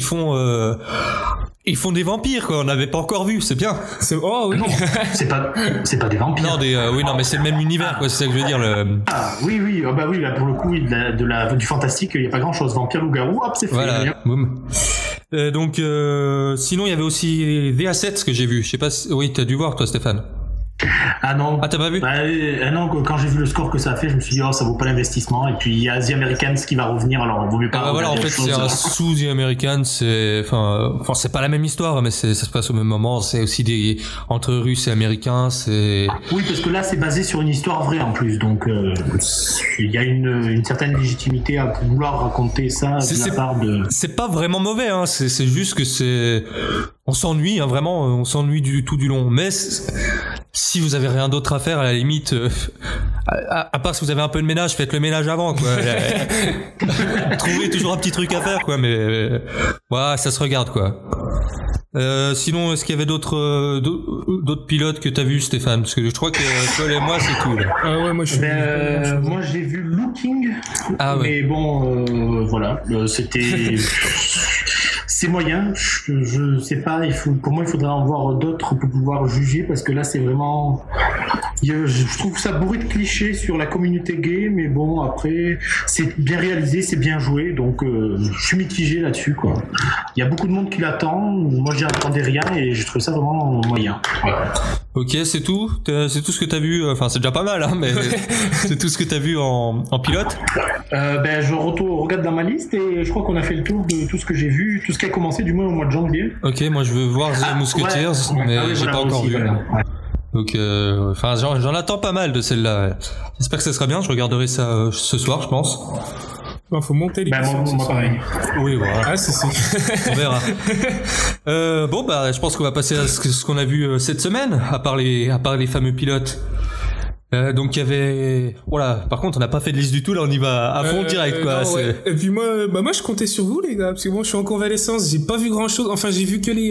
Ils font des vampires, quoi. On n'avait pas encore vu, c'est bien. Oh oui. Non, c'est pas des vampires. Non, oui, non, mais c'est le même univers, quoi. C'est ça que je veux dire. Ah oui, oh, bah oui, là pour le coup, du fantastique, il y a pas grand-chose. Vampire, loup-garou, hop, c'est fait. Voilà. Donc, sinon, il y avait aussi The Assets que j'ai vu. Je sais pas si... Oui, t'as dû voir, toi, Stéphane. Ah non. Ah, t'as pas vu? Non, quand j'ai vu le score que ça a fait, je me suis dit, ça vaut pas l'investissement. Et puis, il y a The Americans qui va revenir, alors on vaut mieux pas. Ah, voilà, en fait, c'est un sous The Americans, enfin, c'est pas la même histoire, mais ça se passe au même moment. C'est aussi entre Russes et Américains, c'est... Oui, parce que là, c'est basé sur une histoire vraie, en plus. Donc, il y a une certaine légitimité à vouloir raconter ça de la part de... C'est pas vraiment mauvais, hein. C'est juste que on s'ennuie, hein, vraiment, on s'ennuie du long. Mais si vous avez rien d'autre à faire, à la limite, à part si vous avez un peu de ménage, faites le ménage avant, quoi. Trouvez toujours un petit truc à faire, quoi. Mais voilà, ça se regarde, quoi. Sinon, est-ce qu'il y avait d'autres pilotes que t'as vu, Stéphane? Parce que je crois que Paul et moi, c'est tout, là. Ah ouais, moi moi j'ai vu Looking. Ah ouais. Mais bon, voilà, c'était... C'est moyen, je sais pas, pour moi il faudrait en voir d'autres pour pouvoir juger, parce que là c'est vraiment... Je trouve ça bourré de clichés sur la communauté gay, mais bon, après, c'est bien réalisé, c'est bien joué, donc je suis mitigé là-dessus, quoi. Il y a beaucoup de monde qui l'attend, moi j'y attendais rien et je trouve ça vraiment moyen. Voilà. Ok, c'est tout? C'est tout ce que t'as vu? Enfin, c'est déjà pas mal, hein, mais c'est tout ce que t'as vu en pilote? Je regarde dans ma liste et je crois qu'on a fait le tour de tout ce que j'ai vu, tout ce qui a commencé du moins au mois de janvier. Ok, moi je veux voir The Musketeers, mais j'ai pas encore vu. Voilà. Donc, enfin, j'en attends pas mal de celle-là. Ouais. J'espère que ça sera bien. Je regarderai ça ce soir, je pense. Non, faut monter les moi pareil. Oui, voilà. Ah, c'est. On verra. Bon, bah, je pense qu'on va passer à ce qu'on a vu cette semaine, à part les fameux pilotes. Donc il y avait, voilà. Par contre, on n'a pas fait de liste du tout. Là, on y va à fond direct, quoi. Non, ouais. Et puis moi, je comptais sur vous, les gars, parce que bon, je suis en convalescence. J'ai pas vu grand chose. Enfin, j'ai vu que les,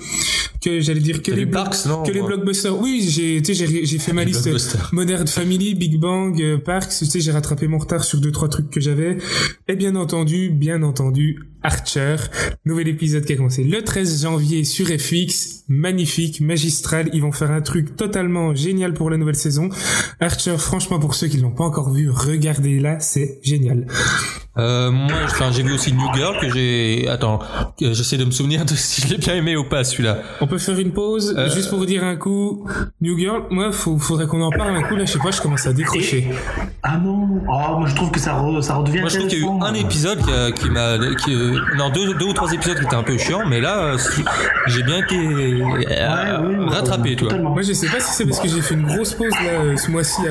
les Parks, non, que les blockbusters. Oui, j'ai fait ma liste Modern Family, Big Bang, Parks. Tu sais, j'ai rattrapé mon retard sur 2-3 trucs que j'avais. Et bien entendu, Archer, nouvel épisode qui a commencé le 13 janvier sur FX, magnifique, magistral, ils vont faire un truc totalement génial pour la nouvelle saison. Archer, franchement, pour ceux qui l'ont pas encore vu, regardez-la, c'est génial. Moi, j'ai vu aussi New Girl j'essaie de me souvenir de si je l'ai bien aimé ou pas, celui-là. On peut faire une pause, juste pour dire un coup, New Girl, moi, faudrait qu'on en parle un coup, là, je sais pas, je commence à décrocher. Ah non, moi je trouve que ça redevient. Moi je trouve qu'il y a eu un épisode deux ou trois épisodes qui étaient un peu chiants, mais là, j'ai bien été rattrapé, tu vois. Moi je sais pas si c'est parce que j'ai fait une grosse pause là ce mois-ci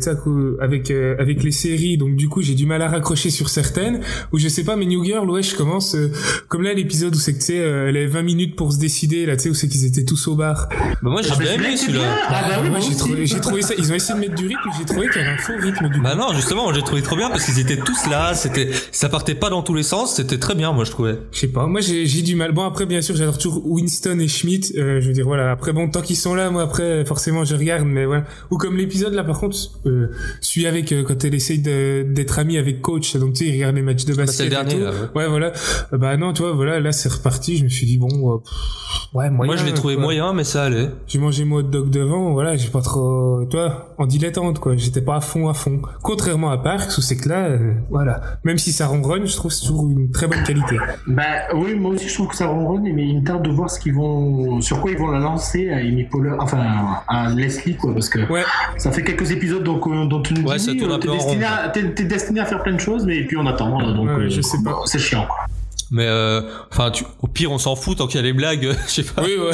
avec les séries, donc du coup j'ai du mal à raccrocher sur certaines, ou je sais pas, mais New Girl, ouais, je commence comme là l'épisode où c'est que tu sais elle avait 20 minutes pour se décider là, tu sais, où c'est qu'ils étaient tous au bar. Bah moi j'ai bien aimé celui-là. Moi j'ai trouvé ça, ils ont essayé de mettre du rythme, j'ai trouvé qu'il y avait un faux rythme du coup. Bah non, justement, j'ai trouvé trop bien parce qu'ils étaient tous là, ça partait pas dans tous les sens, c'était très bien, moi je trouvais. Je sais pas, moi j'ai du mal. Bon, après bien sûr j'adore toujours Winston et Schmidt, je veux dire voilà, après bon, tant qu'ils sont là, moi après forcément je regarde, mais voilà. Ou comme l'épisode là par contre, celui avec quand elle essaye d'être amie avec Coach, donc tu sais, il regarde les matchs de basket. C'est le dernier et tout. là. Ouais, voilà. Bah non, tu vois, voilà, là c'est reparti, je me suis dit bon ouais, moyen. Moi je l'ai trouvé moyen, mais ça allait. J'ai mangé mon hot dog devant, voilà, j'ai pas trop, toi, en dilettante quoi, j'étais pas à fond. Contrairement à Parks où c'est que là, voilà, même si ça ronronne, je trouve que c'est toujours une très bonne qualité. Bah oui, moi aussi je trouve que ça ronronne, mais il me tarde de voir sur quoi ils vont la lancer à Amy Poehler, enfin à Leslie quoi, parce que ça fait quelques épisodes dont tu nous dis t'es destiné à faire plein de choses, mais puis on attend, donc je sais pas, c'est chiant quoi. Mais enfin, au pire, on s'en fout tant qu'il y a les blagues, je sais pas. Oui, ouais.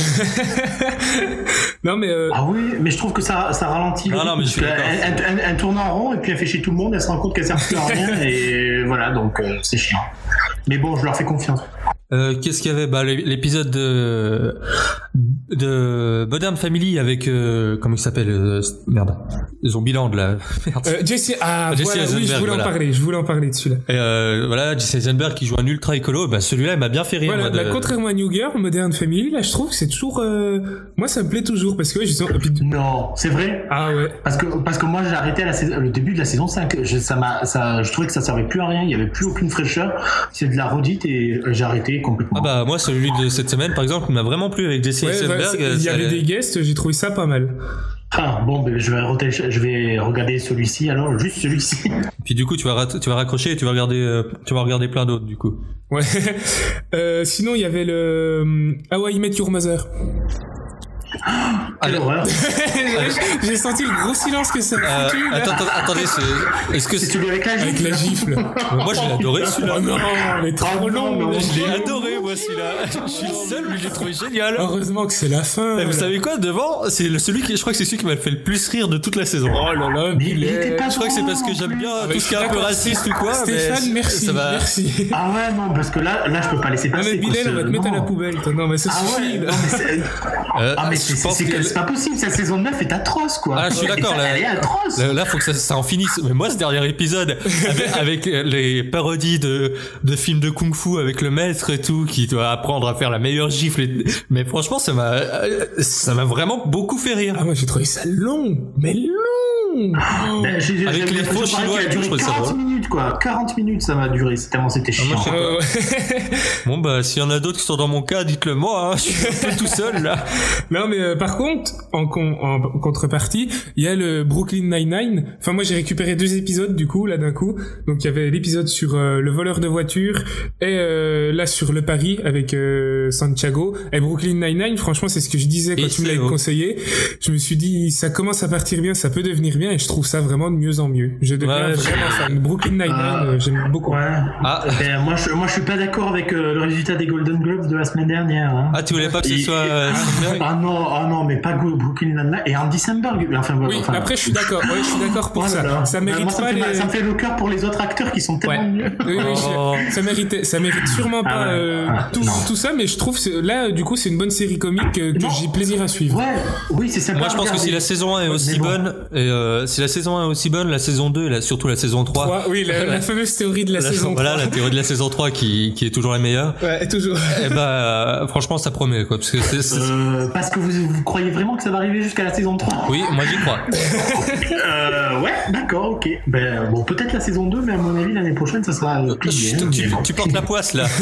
Non, mais ah oui, mais je trouve que ça ralentit. Non, mais je suis d'accord. Elle tourne en rond et puis elle fait chier tout le monde. Elle se rend compte qu'elle sert plus à rien et voilà, donc c'est chiant. Mais bon, je leur fais confiance. Qu'est-ce qu'il y avait? Bah, l'épisode de Modern Family avec comment il s'appelle, merde, Zombieland là. Merde. Jesse voilà, Eisenberg, oui, je voulais en parler de celui-là. Et voilà, Jesse Eisenberg qui joue un ultra écolo, bah celui-là il m'a bien fait rire. Voilà, contrairement à New Girl, Modern Family, là je trouve que c'est toujours moi ça me plaît toujours parce que justement non, c'est vrai. Ah ouais. Parce que moi j'ai arrêté le début de la saison 5, je trouvais que ça servait plus à rien, il y avait plus aucune fraîcheur, c'est de la redite et j'ai arrêté complètement. Ah bah moi celui de cette semaine par exemple il m'a vraiment plu avec Jesse Eisenberg. Il y avait des guests, j'ai trouvé ça pas mal. Ah bon, ben je vais regarder celui-ci alors, juste celui-ci. Puis du coup tu vas raccrocher et tu vas regarder plein d'autres du coup. Ouais. Sinon il y avait le How I Met Your Mother. Quelle horreur. J'ai senti le gros silence que ça a foutu. Attendez, est-ce que c'est celui avec la gifle? Moi je l'ai adoré celui-là. Oh non, mais trop long. Je l'ai adoré moi celui-là. Je suis le seul, mais je l'ai trouvé génial. Heureusement que c'est la fin. Et vous savez quoi, devant, c'est je crois que c'est celui qui m'a fait le plus rire de toute la saison. Oh là là, je crois que c'est parce que j'aime bien tout ce qui est un peu raciste ou quoi. Stéphane, merci. Ah ouais, non, parce que là je peux pas laisser passer. Non mais Bilal, on va te mettre à la poubelle. Non mais ça suffit. Ah mais c'est pas possible, cette saison 9 est atroce quoi. Ah je suis d'accord, elle est atroce. Là faut que ça en finisse. Mais moi ce dernier épisode avec les parodies de films de kung-fu avec le maître et tout qui doit apprendre à faire la meilleure gifle, mais franchement ça m'a vraiment beaucoup fait rire. Ah moi j'ai trouvé ça long, mais long. Avec les faux chinois et tout, je trouvais ça drôle. 40 minutes quoi, 40 minutes ça m'a duré, tellement c'était chiant. Bon bah s'il y en a d'autres qui sont dans mon cas, dites-le moi, hein, je suis un peu tout seul là. Non mais par contre, en contrepartie, il y a le Brooklyn Nine-Nine. Enfin moi j'ai récupéré 2 épisodes du coup là d'un coup. Donc il y avait l'épisode sur le voleur de voiture et là sur le pari avec Santiago. Et Brooklyn Nine-Nine, franchement c'est ce que je disais quand tu me l'avais conseillé. Je me suis dit ça commence à partir bien, ça peut devenir bien. bien et je trouve ça vraiment de mieux en mieux. Je deviens vraiment fan. Brooklyn Nine-Nine, j'aime beaucoup. Ouais. Ben, moi, je suis pas d'accord avec le résultat des Golden Globes de la semaine dernière. Hein. Ah, tu voulais pas que ce soit non, mais pas Brooklyn Nine-Nine et Andy Samberg. Oui, après je suis d'accord. Ouais, je suis d'accord pour ça. Ça mérite ça me fait le cœur pour les autres acteurs qui sont tellement mieux. Oui, ça mérite sûrement pas tout ça, mais je trouve là du coup c'est une bonne série comique que j'ai plaisir à suivre. Ouais, oui, c'est sympa. Moi je pense que si la saison 1 est aussi bonne si la saison 1 est aussi bonne, la saison 2 et surtout la saison 3. Oui, la fameuse théorie de la saison 3. Voilà, la théorie de la saison 3 qui est toujours la meilleure. Ouais, toujours. Et franchement ça promet quoi parce que parce que vous croyez vraiment que ça va arriver jusqu'à la saison 3? Oui, moi j'y crois. Ouais, d'accord, OK. Ben bon, peut-être la saison 2, mais à mon avis l'année prochaine ça sera tu portes la poisse là.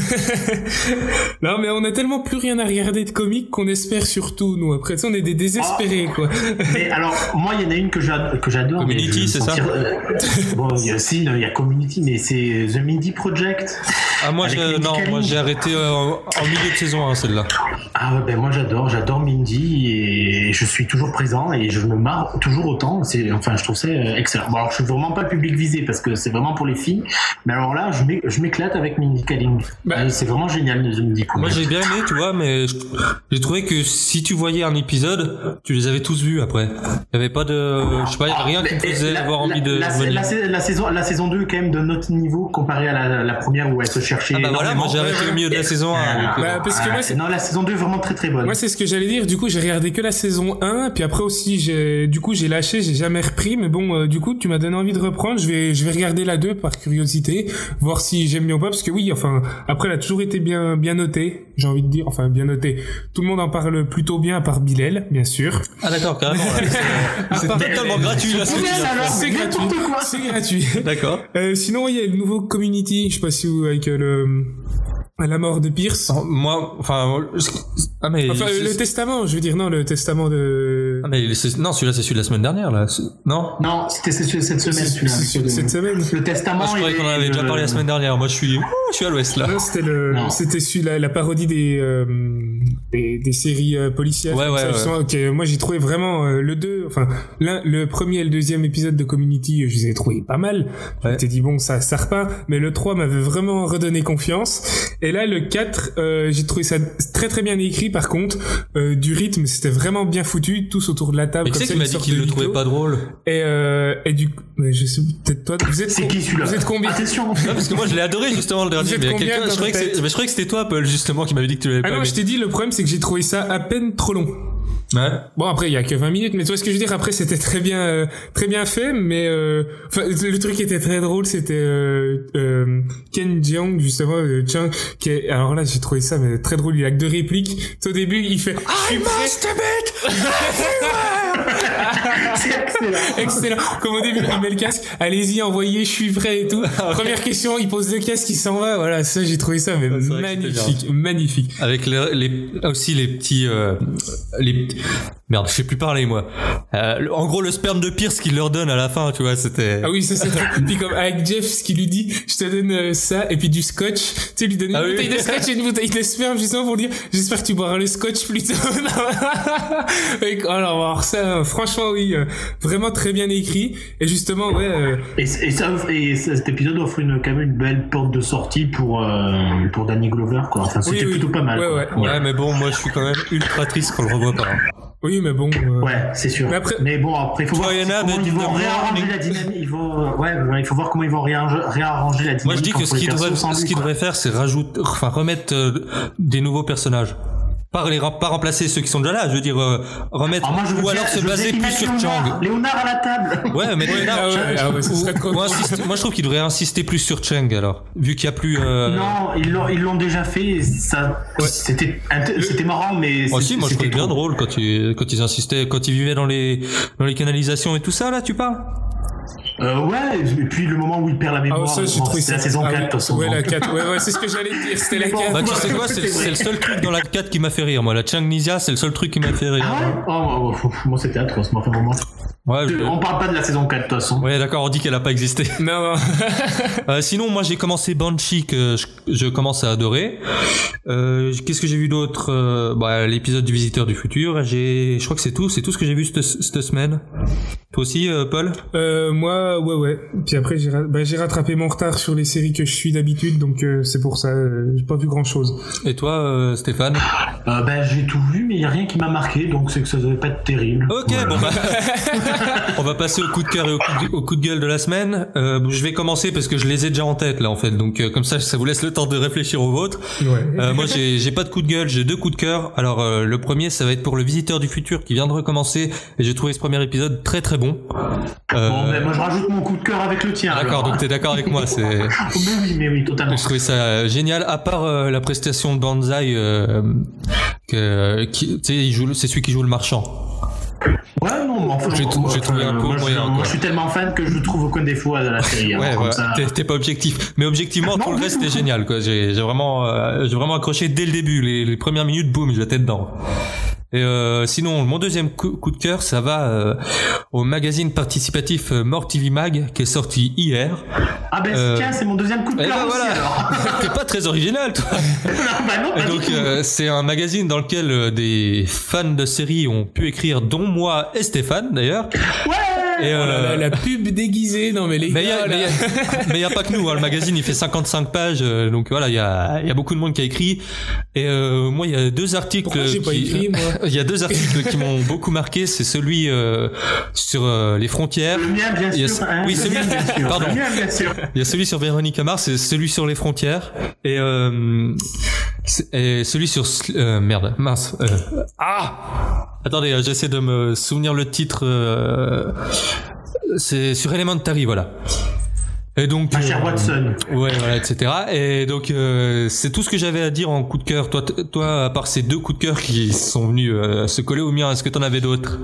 Non, mais on a tellement plus rien à regarder de comiques qu'on espère surtout nous. Après ça, on est des désespérés quoi. Mais alors moi il y en a une que j'adore. Community, c'est ça? Bon, il y a Community, mais c'est The Mindy Project. Ah moi j'ai arrêté en milieu de saison 1 celle-là. Ah ouais, ben moi j'adore Mindy et je suis toujours présent et je me marre toujours autant. Je trouve ça excellent. Bon alors je suis vraiment pas le public visé parce que c'est vraiment pour les filles, mais alors là je m'éclate avec Mindy Kaling. C'est vraiment génial The Mindy Project. Moi j'ai bien aimé, tu vois, mais j'ai trouvé que si tu voyais un épisode, tu les avais tous vus après. Il y avait pas de, je sais pas, il y avait rien qui me faisait avoir envie de. La saison 2 est quand même de notre niveau comparé à la première où elle se cherchait. Ah bah voilà, moi j'ai arrêté au milieu de la saison 1. Parce que moi la saison 2 est vraiment très très bonne. Moi c'est ce que j'allais dire. Du coup j'ai regardé que la saison 1, puis après aussi j'ai lâché, j'ai jamais repris. Mais bon, du coup tu m'as donné envie de reprendre. Je vais regarder la 2 par curiosité, voir si j'aime bien ou pas. Parce que oui, enfin après elle a toujours été bien notée. J'ai envie de dire, enfin bien notée. Tout le monde en parle plutôt bien à part Bilal, bien sûr. Ah d'accord, carrément. C'est totalement gratuit là. C'est gratuit. D'accord. Sinon il y a le nouveau Community. Je sais pas si vous avec la mort de Pierce. Le testament, je veux dire, non, le testament de... Ah, mais non, celui-là, c'est celui de la semaine dernière, là. Non? Non, c'était cette semaine, celui-là. Cette semaine. Le testament. Je croyais qu'on en avait déjà parlé la semaine dernière. Moi, je suis à l'ouest, là. Non, c'était celui la parodie des séries policières. Ouais. Okay, moi, j'ai trouvé vraiment le 2, le premier et le deuxième épisode de Community, je les ai trouvés pas mal. Je m'étais dit, bon, ça repart. Mais le 3 m'avait vraiment redonné confiance. Et là, le 4, j'ai trouvé ça très très bien écrit, par contre. Du rythme, c'était vraiment bien foutu, tous autour de la table. Mais tu sais qu'il m'a dit qu'il le trouvait pas drôle. Et du coup, je sais, peut-être toi, c'est qui celui-là? Vous êtes combien? Attention. Non, parce que moi, je l'ai adoré, justement, le dernier. Je croyais que c'était toi, Paul, justement, qui m'avait dit que tu l'avais pas aimé. Non, je t'ai dit, le problème, c'est que j'ai trouvé ça à peine trop long. Ouais. Bon, après, il y a que 20 minutes, mais tu vois ce que je veux dire? Après, c'était très bien fait, mais, le truc qui était très drôle, c'était, Ken Jeong, justement, Chang, alors là, j'ai trouvé ça, mais très drôle. Il a que 2 répliques. Au début, il fait, I masturbate C'est excellent. Comme au début, il met le casque. Allez-y, envoyez, je suis prêt et tout. Première question, il pose le casque, il s'en va. Voilà, ça, j'ai trouvé ça, mais magnifique. Avec aussi les petits, merde, je sais plus parler, moi. En gros, le sperme de Pierce qu'il leur donne à la fin, tu vois, c'était... Ah oui, ça, c'est puis comme avec Jeff, ce qu'il lui dit, je te donne ça, et puis du scotch. Tu sais, il lui donne une bouteille de scotch et une bouteille de sperme, justement, pour dire, j'espère que tu boiras le scotch plutôt. Alors, ça, franchement, oui, vraiment très bien écrit. Et justement, et cet épisode offre quand même une belle porte de sortie pour Danny Glover, quoi. Enfin, c'était plutôt pas mal. Ouais, mais bon, moi, je suis quand même ultra triste qu'on le revoit pas. Oui, mais bon. Ouais, c'est sûr. Mais bon, après, il faut voir comment ils vont réarranger la dynamique. Il faut voir comment ils vont réarranger la dynamique. Moi, je dis que ce qu'ils devraient faire, c'est remettre des nouveaux personnages. Pas remplacer ceux qui sont déjà là, je veux dire, remettre, ou alors se baser plus sur Chang. Léonard à la table! Ouais, mais Léonard, moi je trouve qu'il devrait insister plus sur Chang, alors. Vu qu'il y a plus, Non, ils l'ont déjà fait, ça, c'était marrant, mais moi je trouvais bien drôle quand ils insistaient, quand ils vivaient dans les canalisations et tout ça, là, tu parles? Ouais, et puis le moment où il perd la mémoire, c'est la saison 4, de toute façon. Ouais, la 4, ouais, c'est ce que j'allais dire, c'était la 4. Bah, tu sais quoi, c'est le seul truc dans la 4 qui m'a fait rire, moi. La Changnesia, c'est le seul truc qui m'a fait rire. Ah ouais? Moi, c'était atroce, moi, enfin, Ouais, On parle pas de la saison 4 de toute façon. Ouais, d'accord, on dit qu'elle a pas existé. Non. Sinon, moi, j'ai commencé Banshee que je commence à adorer. Qu'est-ce que j'ai vu d'autre? L'épisode du Visiteur du Futur. Je crois que c'est tout ce que j'ai vu cette semaine. Toi aussi, Paul? Moi, ouais. Puis après, j'ai rattrapé mon retard sur les séries que je suis d'habitude, donc c'est pour ça, j'ai pas vu grand-chose. Et toi, Stéphane? J'ai tout vu, mais il y a rien qui m'a marqué, donc c'est que ça devait pas être terrible. Ok, voilà. bon on va passer au coup de cœur et au coup de gueule de la semaine. Je vais commencer parce que je les ai déjà en tête là en fait, donc comme ça vous laisse le temps de réfléchir aux vôtres. Ouais. Moi j'ai pas de coup de gueule, j'ai 2 coups de cœur. Alors le premier ça va être pour le Visiteur du Futur qui vient de recommencer et j'ai trouvé ce premier épisode très très bon. Moi je rajoute mon coup de cœur avec le tien. D'accord, donc t'es d'accord avec moi, c'est. mais oui, totalement. Je trouvais ça génial, à part la prestation de Banzai, tu sais, c'est celui qui joue le marchand. Ouais, non, mais enfin, j'ai trouvé un peu moyen. Moi, je suis tellement fan que je trouve aucun défaut à la série. Ouais, comme voilà. ça. T'es pas objectif, mais objectivement, tout le reste était génial, quoi. J'ai vraiment accroché dès le début, les premières minutes, boum, j'étais dedans. Et sinon, mon deuxième coup de cœur, ça va au magazine participatif More TV Mag qui est sorti hier. Ah tiens, c'est mon deuxième coup de cœur aussi, alors. T'es pas très original, toi. Non, et donc c'est un magazine dans lequel des fans de séries ont pu écrire, dont moi et Stéphane d'ailleurs. Ouais. Et la pub déguisée, non mais les gars. Mais y a pas que nous, hein. Le magazine il fait 55 pages, donc voilà, il y a beaucoup de monde qui a écrit. Et moi il y a 2 articles. Pourquoi j'ai pas écrit, moi? Il y a 2 articles qui m'ont beaucoup marqué. C'est celui sur les frontières. Le mien, bien sûr. Oui, celui. Pardon. Le mien, bien sûr. Il y a celui sur Véronica Mars, c'est celui sur les frontières. Et celui sur merde, mince. Attendez, j'essaie de me souvenir le titre. C'est sur Elementary, voilà. Et donc, ma chère Watson. Ouais, voilà, etc. Et donc, c'est tout ce que j'avais à dire en coup de cœur. Toi, à part ces 2 coups de cœur qui sont venus se coller au mien, est-ce que t'en avais d'autres?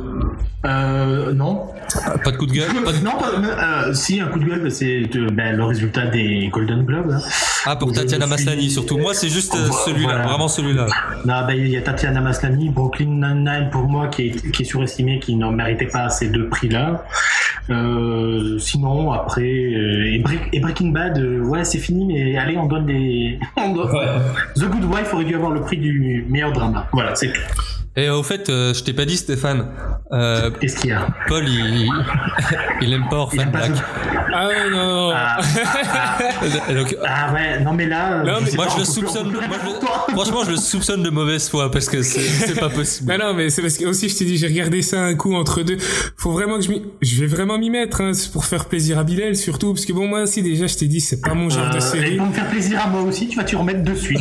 Non. Pas de coup de gueule? Non, si, un coup de gueule, c'est le résultat des Golden Globes. Hein. Ah, pour Tatiana Maslany surtout. Moi, c'est juste celui-là, voilà. Vraiment celui-là. Non, il y a Tatiana Maslany, Brooklyn Nine-Nine pour moi qui est surestimé, qui n'en méritait pas ces 2 prix-là. Sinon, après, et Breaking Bad, ouais, c'est fini, mais allez, on donne des. The Good Wife aurait dû avoir le prix du meilleur drama. Voilà, c'est tout. Et au fait, je t'ai pas dit, Stéphane. Qu'est-ce qu'il y a? Paul, il aime pas Orphan Black. Ah ouais, non. Donc, ouais, non mais là. moi je le soupçonne. Franchement, je le soupçonne de mauvaise foi parce que c'est pas possible. Non, mais c'est parce que aussi je t'ai dit, j'ai regardé ça un coup entre 2. Faut vraiment que je vais vraiment m'y mettre, hein, c'est pour faire plaisir à Bilal surtout, parce que bon, moi aussi déjà, je t'ai dit, c'est pas mon genre de série. Et pour me faire plaisir à moi aussi, tu vas t'y remettre de suite.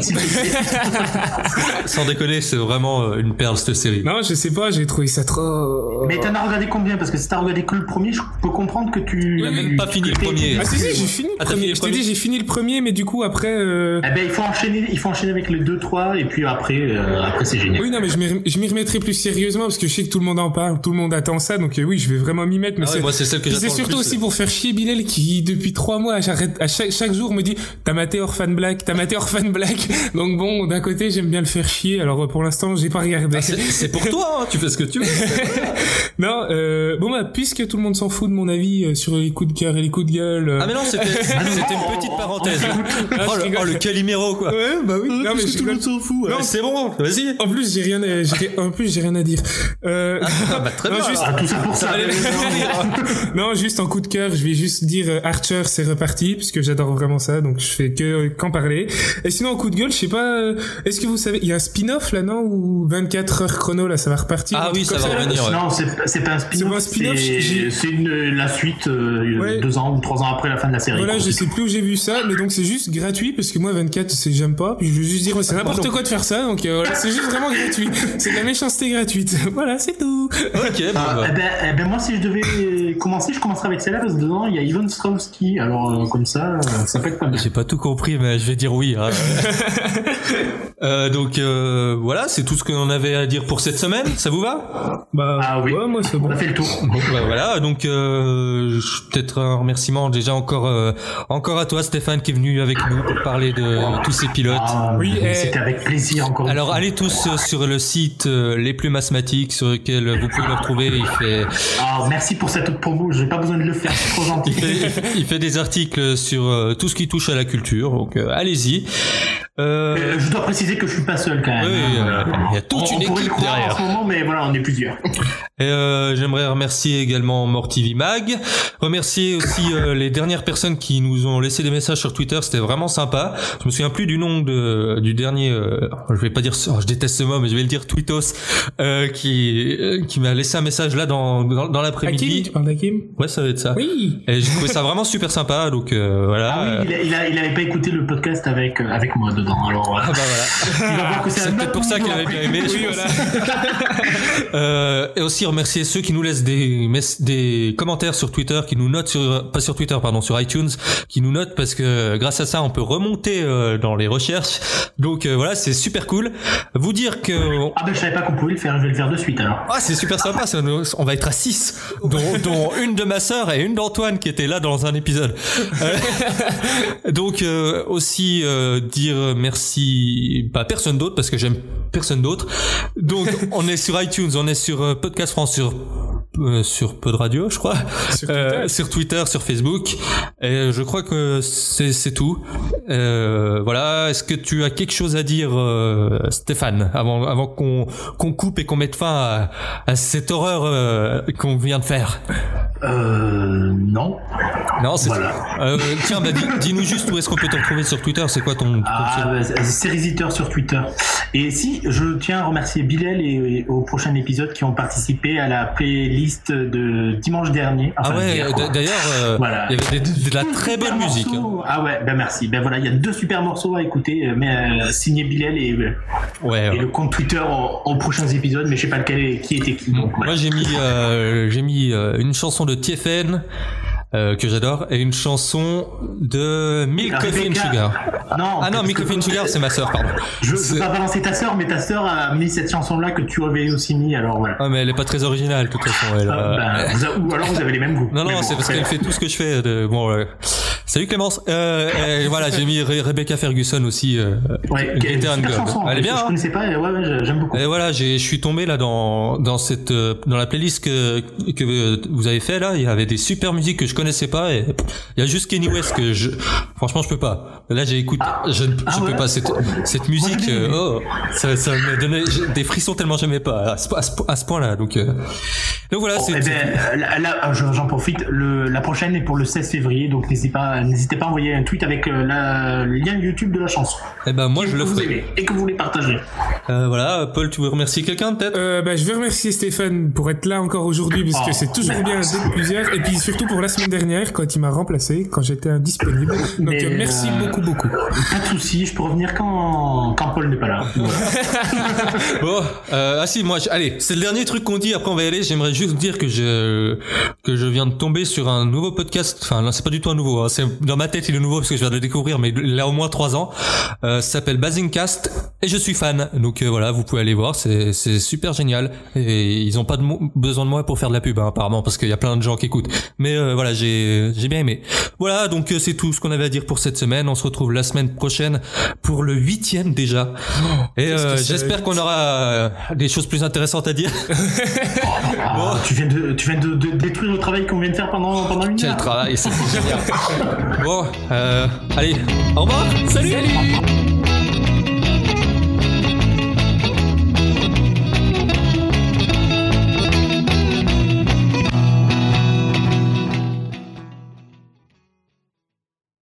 Sans déconner, c'est vraiment une perle cette série. Non, je sais pas, j'ai trouvé ça trop. Mais t'en as regardé combien? Parce que si t'as regardé que le premier, je peux comprendre que tu. Il a même pas fini le premier. Ah si, j'ai fini le premier. Je t'ai dit, j'ai fini le premier, mais du coup après. il faut enchaîner avec les 2-3 et puis après c'est génial. Oui, non, mais je m'y remettrai plus sérieusement parce que je sais que tout le monde en parle, tout le monde attend ça, donc oui, je vais vraiment m'y mettre. Mais moi, c'est celle que j'attends. C'est surtout aussi pour faire chier Bilal qui depuis 3 mois à chaque jour me dit t'as maté Orphan Black. Donc bon, d'un côté j'aime bien le faire chier. Alors pour l'instant j'ai pas regardé. C'est pour toi, hein, tu fais ce que tu veux. Non, puisque tout le monde s'en fout de mon avis sur les coups de cœur et les coups de gueule. Ah mais non, c'était une petite parenthèse. Le Calimero quoi. Ouais, bah oui. Non mais tout le monde s'en fout. Non, c'est bon, vas-y. En plus j'ai rien à dire. Très bien. Juste, tout ça pour ça. Non, juste en coup de cœur, je vais juste dire Archer, c'est reparti, puisque j'adore vraiment ça, donc je fais qu'en parler. Et sinon, en coup de gueule, je sais pas, est-ce que vous savez, il y a un spin-off là, non, ou 24 heures chrono, là, ça va repartir. Ah oui, ça va revenir. Ouais. Non, c'est pas un spin-off. C'est la suite 2 ans ou 3 ans après la fin de la série. Voilà, je sais plus où j'ai vu ça, mais donc c'est juste gratuit, parce que moi 24, j'aime pas, puis je veux juste dire, c'est n'importe quoi de faire ça, donc voilà, c'est juste vraiment gratuit. C'est de la méchanceté gratuite. Voilà, c'est tout. Ok, moi si je devais commencer, je commencerais avec celle-là parce que dedans il y a Ivan Strahovski. Alors comme ça peut être pas bien. J'ai pas tout compris, mais je vais dire oui. Hein. Donc voilà, c'est tout ce qu'on avait à dire pour cette semaine. Ça vous va? Ah oui, ouais, moi c'est bon. On a fait le tour. Bon, bah, voilà, donc peut-être un remerciement déjà encore à toi Stéphane qui est venu avec nous pour parler de tous ces pilotes. Oui, c'était avec plaisir encore. Alors allez tous sur le site Les Plumes Asthmatiques sur lequel vous pouvez le retrouver. Merci pour cette promo, j'ai pas besoin de le faire, c'est trop gentil. Il fait des articles sur tout ce qui touche à la culture, donc allez-y. Je dois préciser que je suis pas seul quand même. Oui, il y a toute une équipe derrière. En ce moment, mais voilà, on est plusieurs. Et j'aimerais remercier également Mortivi Mag, remercier aussi les dernières personnes qui nous ont laissé des messages sur Twitter, c'était vraiment sympa. Je me souviens plus du nom du dernier, je vais pas dire, je déteste ce mot, mais je vais le dire, Tweetos, qui m'a laissé un message là dans l'après-midi. Hakim, tu parles d'Hakim? Ouais, ça va être ça. Oui. Et j'ai trouvé ça vraiment super sympa, donc voilà. Ah oui, il avait pas écouté le podcast avec moi dedans, alors. Ah bah voilà. Il va voir que c'est peut-être pour ça qu'il avait bien aimé. Oui, voilà. Et aussi remercier ceux qui nous laissent des commentaires sur Twitter, qui nous notent sur iTunes, qui nous notent parce que grâce à ça on peut remonter dans les recherches. Donc voilà, c'est super cool. Vous dire que je savais pas qu'on pouvait le faire, je vais le faire de suite alors. Ah, c'est super sympa, on va être à 6 dont une de ma sœur et une d'Antoine qui était là dans un épisode. Donc aussi dire merci personne d'autre parce que j'aime personne d'autre. Donc on est sur iTunes, on est sur Podcast France, sur Pod Radio, je crois, sur Twitter, sur Facebook, et je crois que c'est tout. Voilà. Est-ce que tu as quelque chose à dire, Stéphane, avant qu'on coupe et qu'on mette fin à cette horreur qu'on vient de faire? Non. Non, c'est voilà. Tiens, dis-nous juste où est-ce qu'on peut te retrouver sur Twitter. C'est quoi ton Sérisiteur sur Twitter. Et si je tiens à remercier Bilal et au prochain épisode qui ont participé à la playlist de dimanche dernier. Enfin, d'ailleurs, voilà. Il y avait de la très bonne musique. Ah ouais, merci. Voilà, il y a 2 super morceaux à écouter, mais signé Bilal et le compte Twitter aux prochains épisodes, mais je sais pas qui était qui. Donc, voilà. Moi j'ai mis une chanson de TFN que j'adore, et une chanson de Milk Coffee and Sugar. Non, Milk Coffee and Sugar, c'est ma sœur, pardon. Je veux pas balancer ta sœur, mais ta sœur a mis cette chanson-là que tu avais aussi mis, alors voilà. Ah, mais elle est pas très originale, de toute façon. Ou alors vous avez les mêmes goûts. Non, c'est parce qu'elle fait tout ce que je fais. Salut Clémence. Et voilà, j'ai mis Rebecca Ferguson aussi. Glitter and Gold. Elle est bien. Je connaissais pas. Ouais, j'aime beaucoup. Et voilà, je suis tombé là dans la playlist que vous avez fait là. Il y avait des super musiques que je connaissais pas, et il y a juste Kenny West que franchement je peux pas. Là j'ai écouté, je peux pas cette musique. Ça me donnait des frissons tellement j'aimais pas à ce point là. Donc voilà. Là, j'en profite. La prochaine est pour le 16 février, donc n'hésitez pas à envoyer un tweet avec le lien YouTube de la chanson. Et moi je le ferai. Et que vous voulez partager. Voilà, Paul, tu veux remercier quelqu'un peut-être? Je veux remercier Stéphane pour être là encore aujourd'hui, parce que c'est toujours bien d'être plusieurs, et puis surtout pour la semaine dernière quand il m'a remplacé quand j'étais indisponible. Donc merci beaucoup. Pas de soucis, je peux revenir quand Paul n'est pas là. Bon, allez, c'est le dernier truc qu'on dit, après on va y aller. J'aimerais juste dire que je viens de tomber sur un nouveau podcast. Enfin, là, c'est pas du tout un nouveau, hein. C'est dans ma tête il est nouveau parce que je viens de le découvrir, mais il a au moins 3 ans. Ça s'appelle Basingcast et je suis fan. Donc voilà, vous pouvez aller voir, c'est super génial, et ils ont pas besoin de moi pour faire de la pub, hein, apparemment, parce qu'il y a plein de gens qui écoutent. Mais voilà, j'ai bien aimé. Voilà, donc c'est tout ce qu'on avait à dire pour cette semaine. On se retrouve la semaine prochaine pour le 8e déjà. Et j'espère qu'on aura des choses plus intéressantes à dire. Tu viens de détruire le travail qu'on vient de faire pendant une heure. Quel travail, c'est génial. Bon, allez, au revoir. Salut.